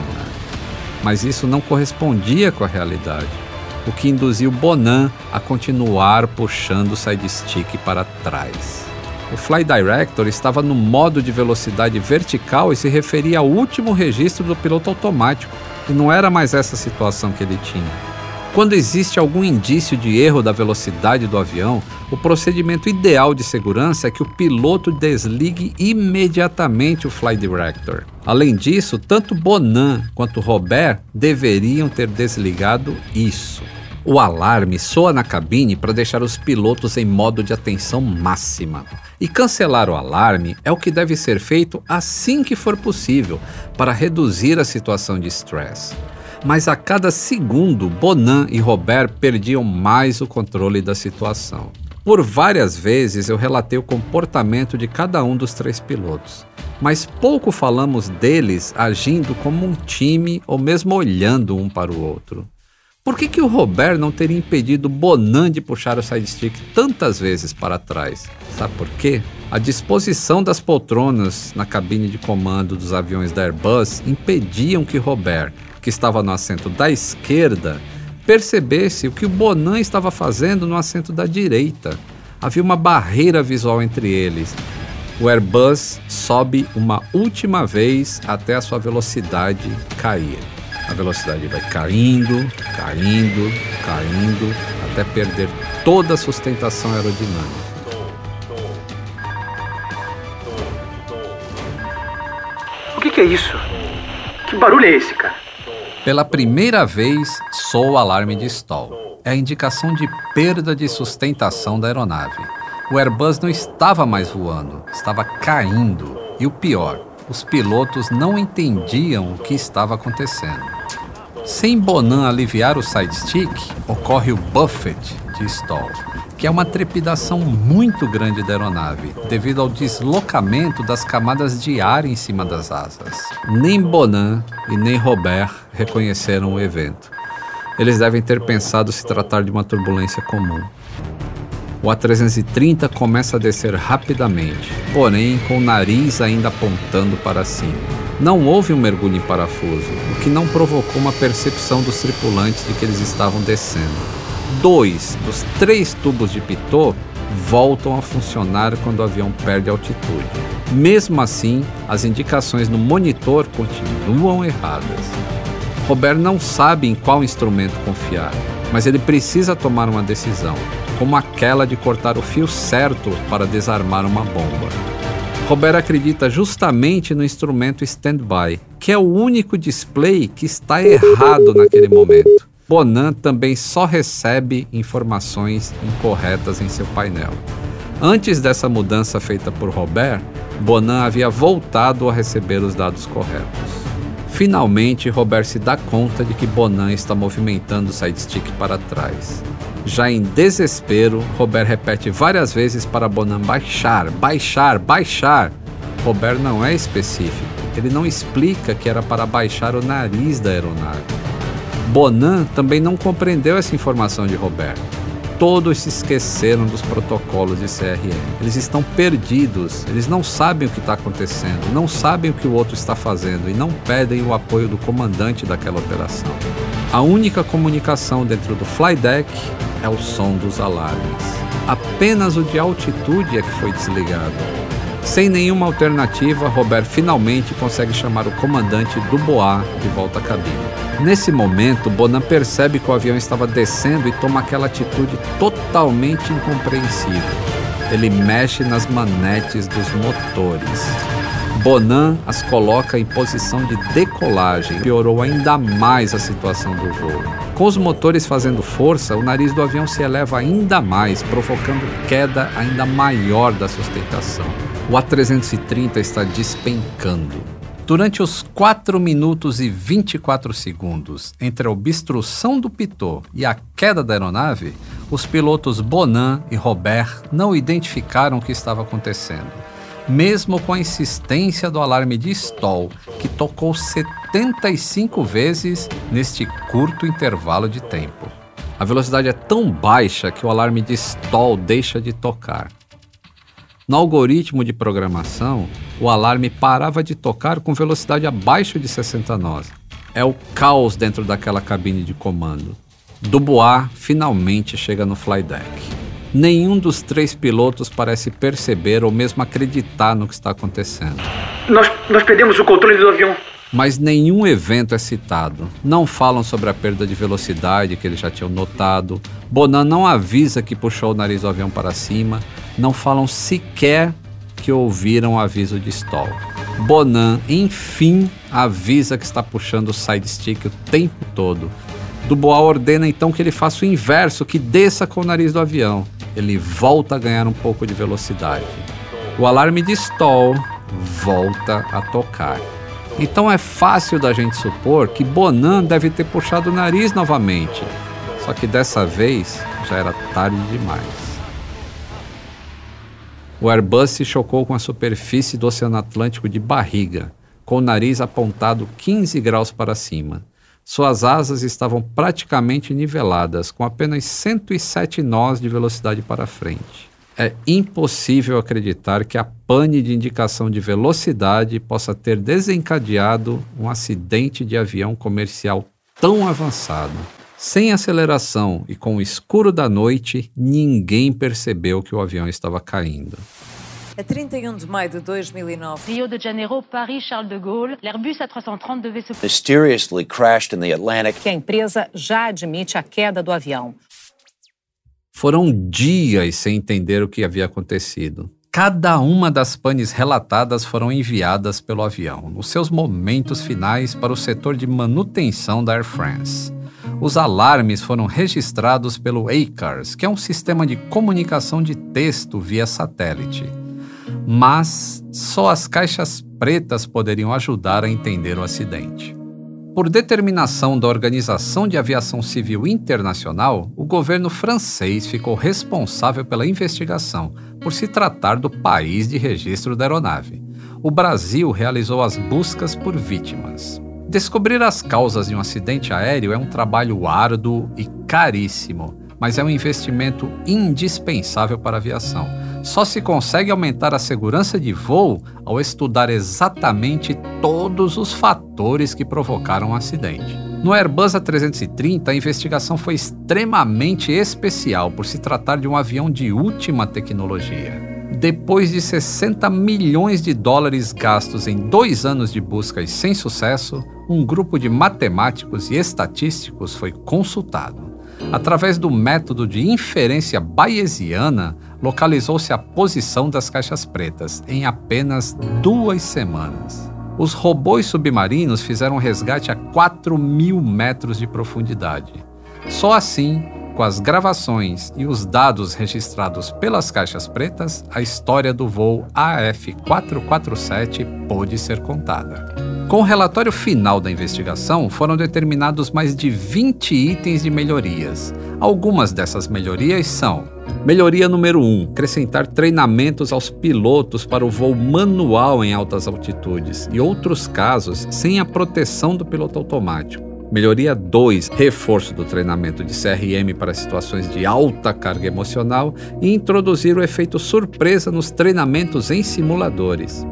Mas isso não correspondia com a realidade, o que induziu Bonan a continuar puxando o side-stick para trás. O Fly Director estava no modo de velocidade vertical e se referia ao último registro do piloto automático, e não era mais essa situação que ele tinha. Quando existe algum indício de erro da velocidade do avião, o procedimento ideal de segurança é que o piloto desligue imediatamente o Fly Director. Além disso, tanto Bonan quanto Robert deveriam ter desligado isso. O alarme soa na cabine para deixar os pilotos em modo de atenção máxima. E cancelar o alarme é o que deve ser feito assim que for possível, para reduzir a situação de estresse. Mas a cada segundo, Bonan e Robert perdiam mais o controle da situação. Por várias vezes eu relatei o comportamento de cada um dos três pilotos, mas pouco falamos deles agindo como um time ou mesmo olhando um para o outro. Por que que o Robert não teria impedido Bonan de puxar o side-stick tantas vezes para trás? Sabe por quê? A disposição das poltronas na cabine de comando dos aviões da Airbus impediam que Robert, que estava no assento da esquerda, percebesse o que o Bonan estava fazendo no assento da direita. Havia uma barreira visual entre eles. O Airbus sobe uma última vez até a sua velocidade cair. A velocidade vai caindo, caindo, caindo, até perder toda a sustentação aerodinâmica. O que que é isso? Que barulho é esse, cara? Pela primeira vez, soa o alarme de stall. É a indicação de perda de sustentação da aeronave. O Airbus não estava mais voando, estava caindo. E o pior, os pilotos não entendiam o que estava acontecendo. Sem Bonan aliviar o side-stick, ocorre o buffet de stall, que é uma trepidação muito grande da aeronave, devido ao deslocamento das camadas de ar em cima das asas. Nem Bonan e nem Robert reconheceram o evento. Eles devem ter pensado se tratar de uma turbulência comum. O A trezentos e trinta começa a descer rapidamente, porém com o nariz ainda apontando para cima. Não houve um mergulho em parafuso, o que não provocou uma percepção dos tripulantes de que eles estavam descendo. Dois dos três tubos de pitot voltam a funcionar quando o avião perde altitude. Mesmo assim, as indicações no monitor continuam erradas. Robert não sabe em qual instrumento confiar, mas ele precisa tomar uma decisão, como aquela de cortar o fio certo para desarmar uma bomba. Robert acredita justamente no instrumento Standby, que é o único display que está errado naquele momento. Bonan também só recebe informações incorretas em seu painel. Antes dessa mudança feita por Robert, Bonan havia voltado a receber os dados corretos. Finalmente, Robert se dá conta de que Bonan está movimentando o side-stick para trás. Já em desespero, Robert repete várias vezes para Bonan baixar, baixar, baixar. Robert não é específico, ele não explica que era para baixar o nariz da aeronave. Bonan também não compreendeu essa informação de Robert. Todos se esqueceram dos protocolos de C R M. Eles estão perdidos, eles não sabem o que está acontecendo, não sabem o que o outro está fazendo e não pedem o apoio do comandante daquela operação. A única comunicação dentro do flydeck é o som dos alarmes. Apenas o de altitude é que foi desligado. Sem nenhuma alternativa, Robert finalmente consegue chamar o comandante Dubois de volta à cabine. Nesse momento, Bonan percebe que o avião estava descendo e toma aquela atitude totalmente incompreensível. Ele mexe nas manetes dos motores. Bonan as coloca em posição de decolagem, piorou ainda mais a situação do voo. Com os motores fazendo força, o nariz do avião se eleva ainda mais, provocando queda ainda maior da sustentação. O A trezentos e trinta está despencando. Durante os quatro minutos e vinte e quatro segundos entre a obstrução do pitô e a queda da aeronave, os pilotos Bonan e Robert não identificaram o que estava acontecendo, mesmo com a insistência do alarme de stall, que tocou setenta e cinco vezes neste curto intervalo de tempo. A velocidade é tão baixa que o alarme de stall deixa de tocar. No algoritmo de programação, o alarme parava de tocar com velocidade abaixo de sessenta nós. É o caos dentro daquela cabine de comando. Dubois finalmente chega no flydeck. Nenhum dos três pilotos parece perceber ou mesmo acreditar no que está acontecendo. Nós, nós perdemos o controle do avião. Mas nenhum evento é citado. Não falam sobre a perda de velocidade que eles já tinham notado. Bonan não avisa que puxou o nariz do avião para cima. Não falam sequer que ouviram o aviso de stall. Bonan, enfim, avisa que está puxando o side stick o tempo todo. Dubois ordena então que ele faça o inverso, que desça com o nariz do avião. Ele volta a ganhar um pouco de velocidade. O alarme de stall volta a tocar. Então é fácil da gente supor que Bonan deve ter puxado o nariz novamente. Só que dessa vez já era tarde demais. O Airbus se chocou com a superfície do Oceano Atlântico de barriga, com o nariz apontado quinze graus para cima. Suas asas estavam praticamente niveladas, com apenas cento e sete nós de velocidade para frente. É impossível acreditar que a pane de indicação de velocidade possa ter desencadeado um acidente de avião comercial tão avançado. Sem aceleração e com o escuro da noite, ninguém percebeu que o avião estava caindo. A trinta e um de maio de dois mil e nove, Rio de Janeiro, Paris, Charles de Gaulle, l'Airbus A trezentos e trinta devait se... mysteriously crashed in the Atlantic. Que a empresa já admite a queda do avião. Foram dias sem entender o que havia acontecido. Cada uma das panes relatadas foram enviadas pelo avião, nos seus momentos finais, para o setor de manutenção da Air France. Os alarmes foram registrados pelo A C A R S, que é um sistema de comunicação de texto via satélite. Mas só as caixas pretas poderiam ajudar a entender o acidente. Por determinação da Organização de Aviação Civil Internacional, o governo francês ficou responsável pela investigação, por se tratar do país de registro da aeronave. O Brasil realizou as buscas por vítimas. Descobrir as causas de um acidente aéreo é um trabalho árduo e caríssimo, mas é um investimento indispensável para a aviação. Só se consegue aumentar a segurança de voo ao estudar exatamente todos os fatores que provocaram o acidente. No Airbus A trezentos e trinta, a investigação foi extremamente especial por se tratar de um avião de última tecnologia. Depois de sessenta milhões de dólares gastos em dois anos de buscas sem sucesso, um grupo de matemáticos e estatísticos foi consultado. Através do método de inferência bayesiana, localizou-se a posição das caixas pretas em apenas duas semanas. Os robôs submarinos fizeram um resgate a quatro mil metros de profundidade. Só assim, com as gravações e os dados registrados pelas caixas pretas, a história do voo A F quatrocentos e quarenta e sete pôde ser contada. Com o relatório final da investigação, foram determinados mais de vinte itens de melhorias. Algumas dessas melhorias são: melhoria número um, acrescentar treinamentos aos pilotos para o voo manual em altas altitudes e outros casos sem a proteção do piloto automático. Melhoria dois, reforço do treinamento de C R M para situações de alta carga emocional e introduzir o efeito surpresa nos treinamentos em simuladores.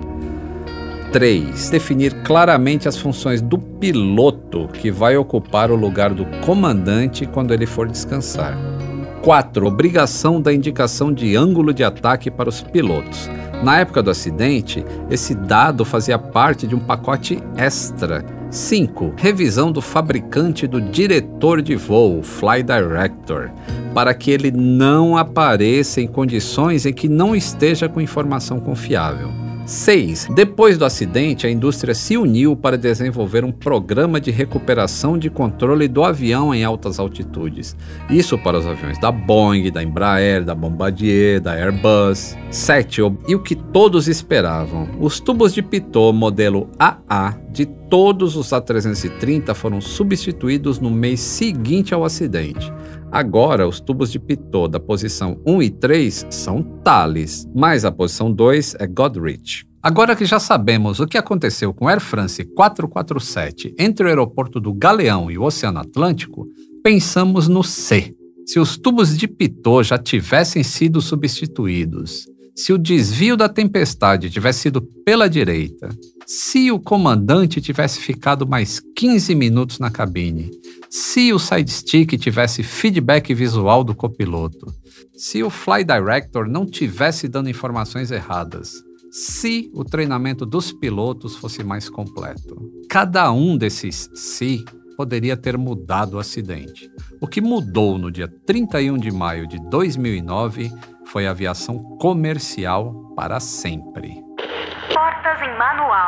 três. Definir claramente as funções do piloto que vai ocupar o lugar do comandante quando ele for descansar. quatro. Obrigação da indicação de ângulo de ataque para os pilotos. Na época do acidente, esse dado fazia parte de um pacote extra. cinco. Revisão do fabricante do diretor de voo, Flight Director, para que ele não apareça em condições em que não esteja com informação confiável. seis. Depois do acidente, a indústria se uniu para desenvolver um programa de recuperação de controle do avião em altas altitudes. Isso para os aviões da Boeing, da Embraer, da Bombardier, da Airbus. sete. E o que todos esperavam: os tubos de pitot modelo A A de todos os A trezentos e trinta foram substituídos no mês seguinte ao acidente. Agora, os tubos de pitot da posição um e três são Thales, mas a posição dois é Goderich. Agora que já sabemos o que aconteceu com o Air France quatrocentos e quarenta e sete entre o aeroporto do Galeão e o Oceano Atlântico, pensamos no C. Se os tubos de pitot já tivessem sido substituídos, se o desvio da tempestade tivesse sido pela direita, se o comandante tivesse ficado mais quinze minutos na cabine, se o side-stick tivesse feedback visual do copiloto, se o Flight Director não tivesse dando informações erradas, se o treinamento dos pilotos fosse mais completo. Cada um desses se poderia ter mudado o acidente. O que mudou no dia trinta e um de maio de dois mil e nove foi a aviação comercial para sempre. Portas em manual.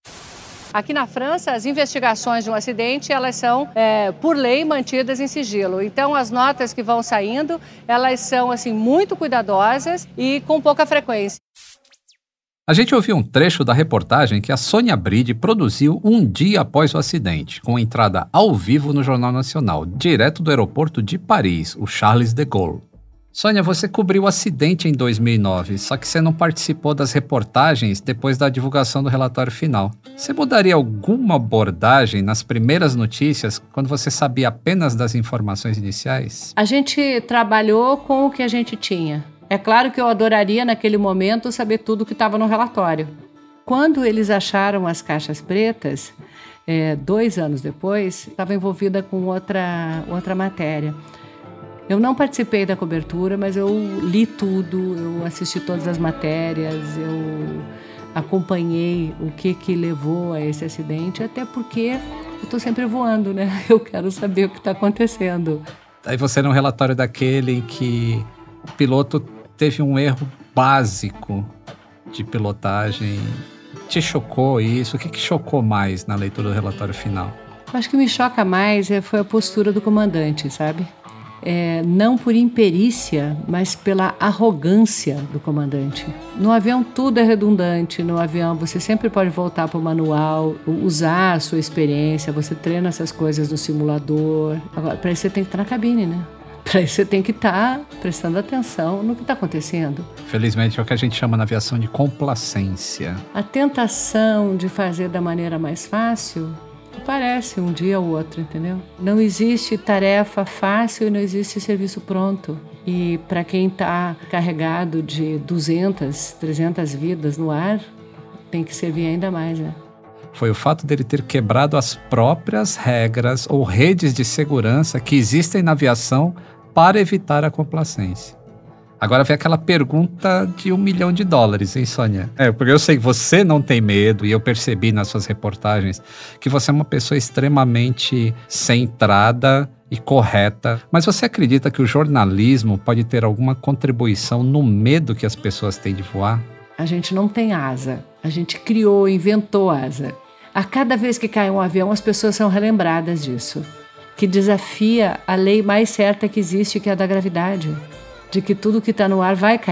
Aqui na França, as investigações de um acidente, elas são, é, por lei, mantidas em sigilo. Então, as notas que vão saindo, elas são, assim, muito cuidadosas e com pouca frequência. A gente ouviu um trecho da reportagem que a Sônia Bride produziu um dia após o acidente, com entrada ao vivo no Jornal Nacional, direto do aeroporto de Paris, o Charles de Gaulle. Sônia, você cobriu o acidente em dois mil e nove, só que você não participou das reportagens depois da divulgação do relatório final. Você mudaria alguma abordagem nas primeiras notícias, quando você sabia apenas das informações iniciais? A gente trabalhou com o que a gente tinha. É claro que eu adoraria, naquele momento, saber tudo o que estava no relatório. Quando eles acharam as caixas pretas, é, dois anos depois, estava envolvida com outra, outra matéria. Eu não participei da cobertura, mas eu li tudo, eu assisti todas as matérias, eu acompanhei o que, que levou a esse acidente, até porque eu estou sempre voando, né? Eu quero saber o que está acontecendo. Aí você, num relatório daquele em que o piloto teve um erro básico de pilotagem, te chocou isso? O que, que chocou mais na leitura do relatório final? Acho que me choca mais foi a postura do comandante, sabe? É, não por imperícia, mas pela arrogância do comandante. No avião tudo é redundante, no avião você sempre pode voltar para o manual, usar a sua experiência, você treina essas coisas no simulador. Agora, para isso você tem que estar na cabine, né? Para isso você tem que estar prestando atenção no que está acontecendo. Felizmente é o que a gente chama na aviação de complacência. A tentação de fazer da maneira mais fácil parece um dia ou outro, entendeu? Não existe tarefa fácil e não existe serviço pronto. E para quem está carregado de duzentas, trezentas vidas no ar, tem que servir ainda mais, né? Foi o fato dele ter quebrado as próprias regras ou redes de segurança que existem na aviação para evitar a complacência. Agora vem aquela pergunta de um milhão de dólares, hein, Sônia? É, porque eu sei que você não tem medo, e eu percebi nas suas reportagens que você é uma pessoa extremamente centrada e correta. Mas você acredita que o jornalismo pode ter alguma contribuição no medo que as pessoas têm de voar? A gente não tem asa. A gente criou, inventou asa. A cada vez que cai um avião, as pessoas são relembradas disso. Que desafia a lei mais certa que existe, que é a da gravidade. De que tudo que está no ar vai cair.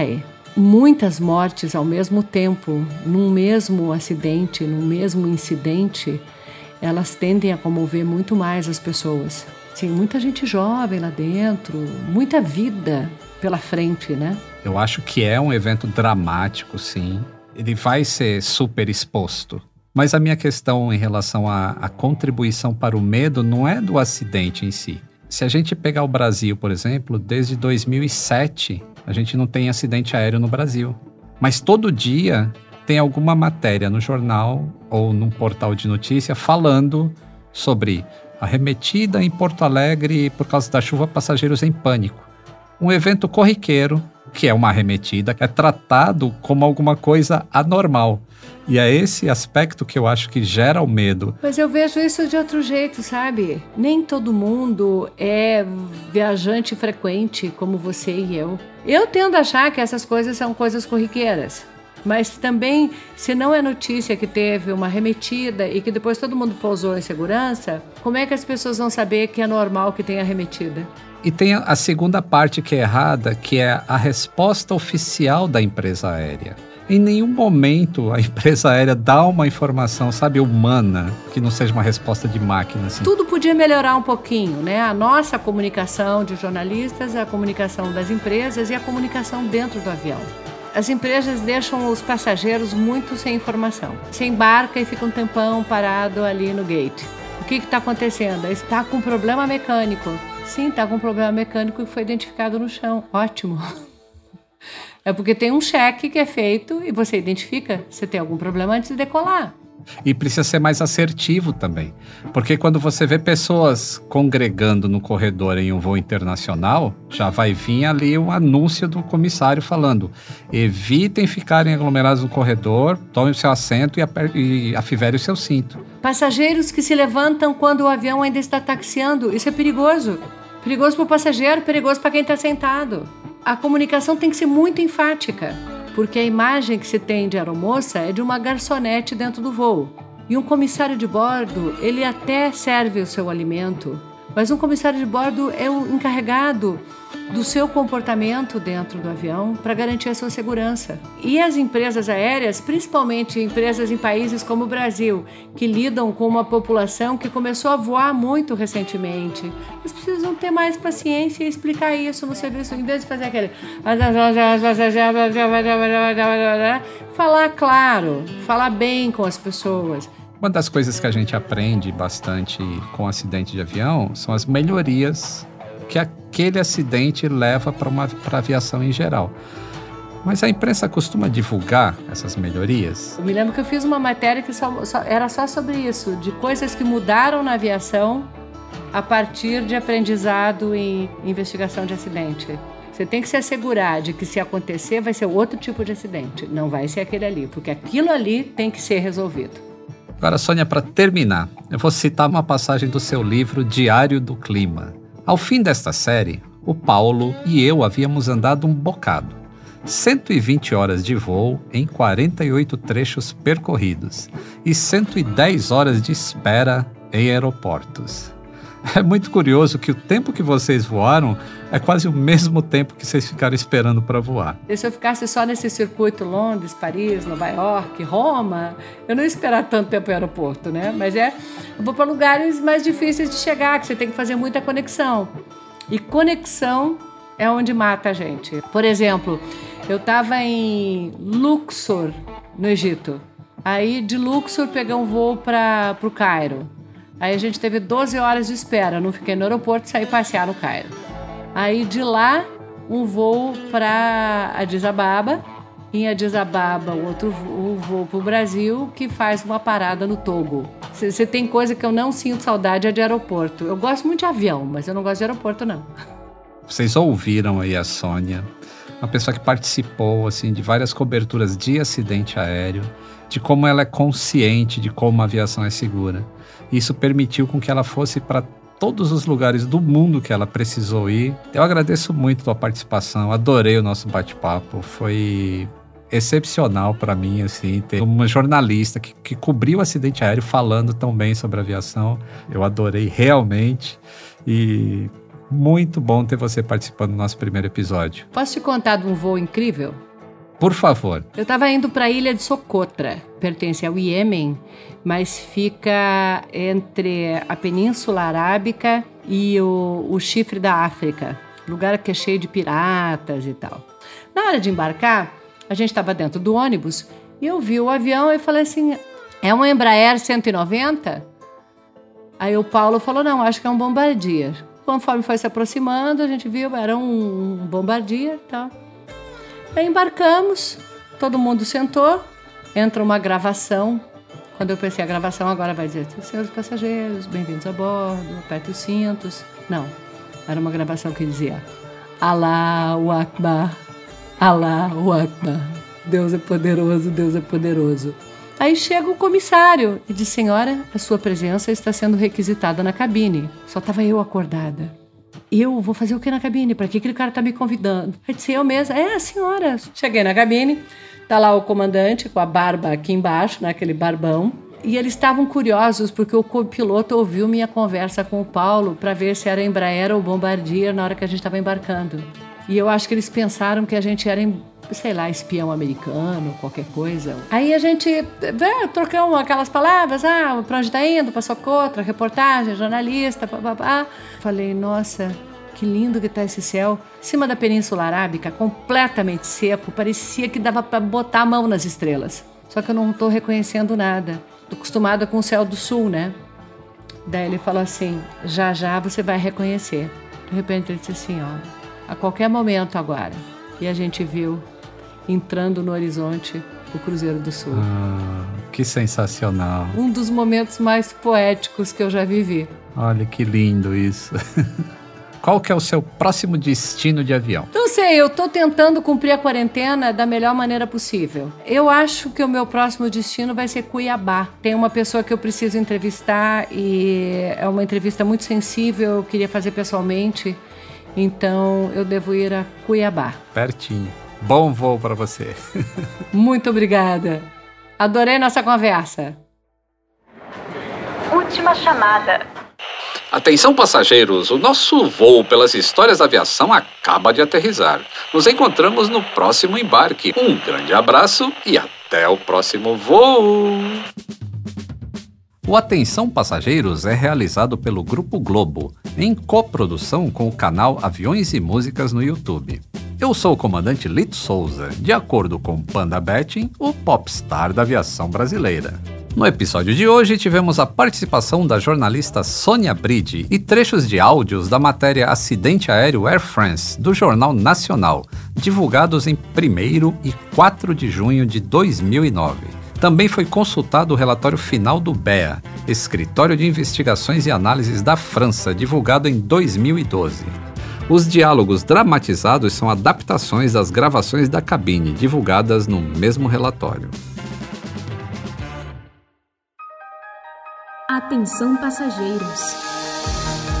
muitas mortes ao mesmo tempo, num mesmo acidente, num mesmo incidente, elas tendem a comover muito mais as pessoas. Sim, muita gente jovem lá dentro, muita vida pela frente, né? Eu acho que é um evento dramático, sim. Ele vai ser super exposto. Mas a minha questão em relação à, à contribuição para o medo não é do acidente em si. Se a gente pegar o Brasil, por exemplo, desde dois mil e sete, a gente não tem acidente aéreo no Brasil. Mas todo dia tem alguma matéria no jornal ou num portal de notícia falando sobre arremetida em Porto Alegre por causa da chuva, passageiros em pânico. Um evento corriqueiro, que é uma arremetida, é tratado como alguma coisa anormal. E é esse aspecto que eu acho que gera o medo. Mas eu vejo isso de outro jeito, sabe? Nem todo mundo é viajante frequente como você e eu. Eu tendo a achar que essas coisas são coisas corriqueiras. Mas também, se não é notícia que teve uma arremetida e que depois todo mundo pousou em segurança, como é que as pessoas vão saber que é normal que tenha arremetida? E tem a segunda parte que é errada, que é a resposta oficial da empresa aérea. Em nenhum momento a empresa aérea dá uma informação, sabe, humana, que não seja uma resposta de máquina. Assim. Tudo podia melhorar um pouquinho, né? A nossa comunicação de jornalistas, a comunicação das empresas e a comunicação dentro do avião. As empresas deixam os passageiros muito sem informação. Você embarca e fica um tempão parado ali no gate. O que está acontecendo? Está com problema mecânico. Sim, está com um problema mecânico que foi identificado no chão. Ótimo. É porque tem um cheque que é feito e você identifica se tem algum problema antes de decolar. E precisa ser mais assertivo também. Porque quando você vê pessoas congregando no corredor em um voo internacional, já vai vir ali um anúncio do comissário falando: evitem ficarem aglomerados no corredor, tome o seu assento e, aper- e afivere o seu cinto. Passageiros que se levantam quando o avião ainda está taxiando, isso é perigoso. Perigoso para o passageiro, perigoso para quem está sentado. A comunicação tem que ser muito enfática, porque a imagem que se tem de aeromoça é de uma garçonete dentro do voo. E um comissário de bordo, ele até serve o seu alimento, mas um comissário de bordo é o encarregado do seu comportamento dentro do avião para garantir a sua segurança. E as empresas aéreas, principalmente empresas em países como o Brasil, que lidam com uma população que começou a voar muito recentemente, eles precisam ter mais paciência e explicar isso no serviço, em vez de fazer aquele... falar claro, falar bem com as pessoas. Uma das coisas que a gente aprende bastante com acidente de avião são as melhorias que aquele acidente leva para uma para a aviação em geral. Mas a imprensa costuma divulgar essas melhorias? Eu me lembro que eu fiz uma matéria que só, só, era só sobre isso, de coisas que mudaram na aviação a partir de aprendizado em investigação de acidente. Você tem que se assegurar de que, se acontecer, vai ser outro tipo de acidente, não vai ser aquele ali, porque aquilo ali tem que ser resolvido. Agora, Sônia, para terminar, eu vou citar uma passagem do seu livro Diário do Clima. Ao fim desta série, o Paulo e eu havíamos andado um bocado. cento e vinte horas de voo em quarenta e oito trechos percorridos e cento e dez horas de espera em aeroportos. É muito curioso que o tempo que vocês voaram é quase o mesmo tempo que vocês ficaram esperando para voar. E se eu ficasse só nesse circuito Londres, Paris, Nova York, Roma, eu não ia esperar tanto tempo no aeroporto, né? Mas é, eu vou para lugares mais difíceis de chegar, que você tem que fazer muita conexão. E conexão é onde mata a gente. Por exemplo, eu estava em Luxor, no Egito. Aí de Luxor peguei um voo para o Cairo. Aí a gente teve doze horas de espera, não fiquei no aeroporto e saí passear no Cairo. Aí de lá, um voo para Addis Ababa. Em Addis Ababa, o outro voo, voo para o Brasil, que faz uma parada no Togo. Você tem coisa que eu não sinto saudade, é de aeroporto. Eu gosto muito de avião, mas eu não gosto de aeroporto, não. Vocês ouviram aí a Sônia, uma pessoa que participou assim, de várias coberturas de acidente aéreo, de como ela é consciente de como a aviação é segura. Isso permitiu com que ela fosse para todos os lugares do mundo que ela precisou ir. Eu agradeço muito a tua participação, adorei o nosso bate-papo, foi excepcional para mim, assim, ter uma jornalista que, que cobriu o acidente aéreo falando tão bem sobre a aviação. Eu adorei realmente e muito bom ter você participando do nosso primeiro episódio. Posso te contar de um voo incrível? Por favor. Eu estava indo para a ilha de Socotra, pertence ao Iêmen, mas fica entre a Península Arábica e o, o Chifre da África, lugar que é cheio de piratas e tal. Na hora de embarcar, a gente estava dentro do ônibus e eu vi o avião e falei assim, é um Embraer cento e noventa? Aí o Paulo falou, não, acho que é um Bombardier. Conforme foi se aproximando, a gente viu, era um Bombardier e tal. Aí embarcamos, todo mundo sentou, entra uma gravação. Quando eu pensei, a gravação agora vai dizer, senhores passageiros, bem-vindos a bordo, aperte os cintos. Não, era uma gravação que dizia, Allahu Akbar, Allahu Akbar, Deus é poderoso, Deus é poderoso. Aí chega o comissário e diz, senhora, a sua presença está sendo requisitada na cabine. Só estava eu acordada. Eu vou fazer o que na cabine? Para que aquele cara tá me convidando? Aí disse, eu mesma. É, a senhora. Cheguei na cabine, tá lá o comandante com a barba aqui embaixo, né, aquele barbão. E eles estavam curiosos porque o copiloto ouviu minha conversa com o Paulo para ver se era Embraer ou Bombardier na hora que a gente estava embarcando. E eu acho que eles pensaram que a gente era, sei lá, espião americano, qualquer coisa. Aí a gente é, trocamos aquelas palavras, ah, pra onde tá indo, pra Socotra, reportagem, jornalista, papapá. Falei, nossa, que lindo que tá esse céu. Em cima da Península Arábica, completamente seco, parecia que dava pra botar a mão nas estrelas. Só que eu não tô reconhecendo nada. Tô acostumada com o céu do sul, né? Daí ele falou assim, já já você vai reconhecer. De repente ele disse assim, ó, a qualquer momento agora. E a gente viu, entrando no horizonte, o Cruzeiro do Sul. Ah, que sensacional. Um dos momentos mais poéticos que eu já vivi. Olha que lindo isso. Qual que é o seu próximo destino de avião? Não sei, eu tô tentando cumprir a quarentena da melhor maneira possível. Eu acho que o meu próximo destino vai ser Cuiabá. Tem uma pessoa que eu preciso entrevistar e é uma entrevista muito sensível, eu queria fazer pessoalmente. Então, eu devo ir a Cuiabá. Pertinho. Bom voo para você. Muito obrigada. Adorei nossa conversa. Última chamada. Atenção, passageiros. O nosso voo pelas histórias da aviação acaba de aterrissar. Nos encontramos no próximo embarque. Um grande abraço e até o próximo voo. O Atenção Passageiros é realizado pelo Grupo Globo, em coprodução com o canal Aviões e Músicas no YouTube. Eu sou o comandante Lito Souza, de acordo com Panda Betting, o popstar da aviação brasileira. No episódio de hoje tivemos a participação da jornalista Sônia Bride e trechos de áudios da matéria Acidente Aéreo Air France, do Jornal Nacional, divulgados em primeiro e quatro de junho de dois mil e nove. Também foi consultado o relatório final do B E A, Escritório de Investigações e Análises da França, divulgado em dois mil e doze. Os diálogos dramatizados são adaptações das gravações da cabine, divulgadas no mesmo relatório. Atenção, passageiros.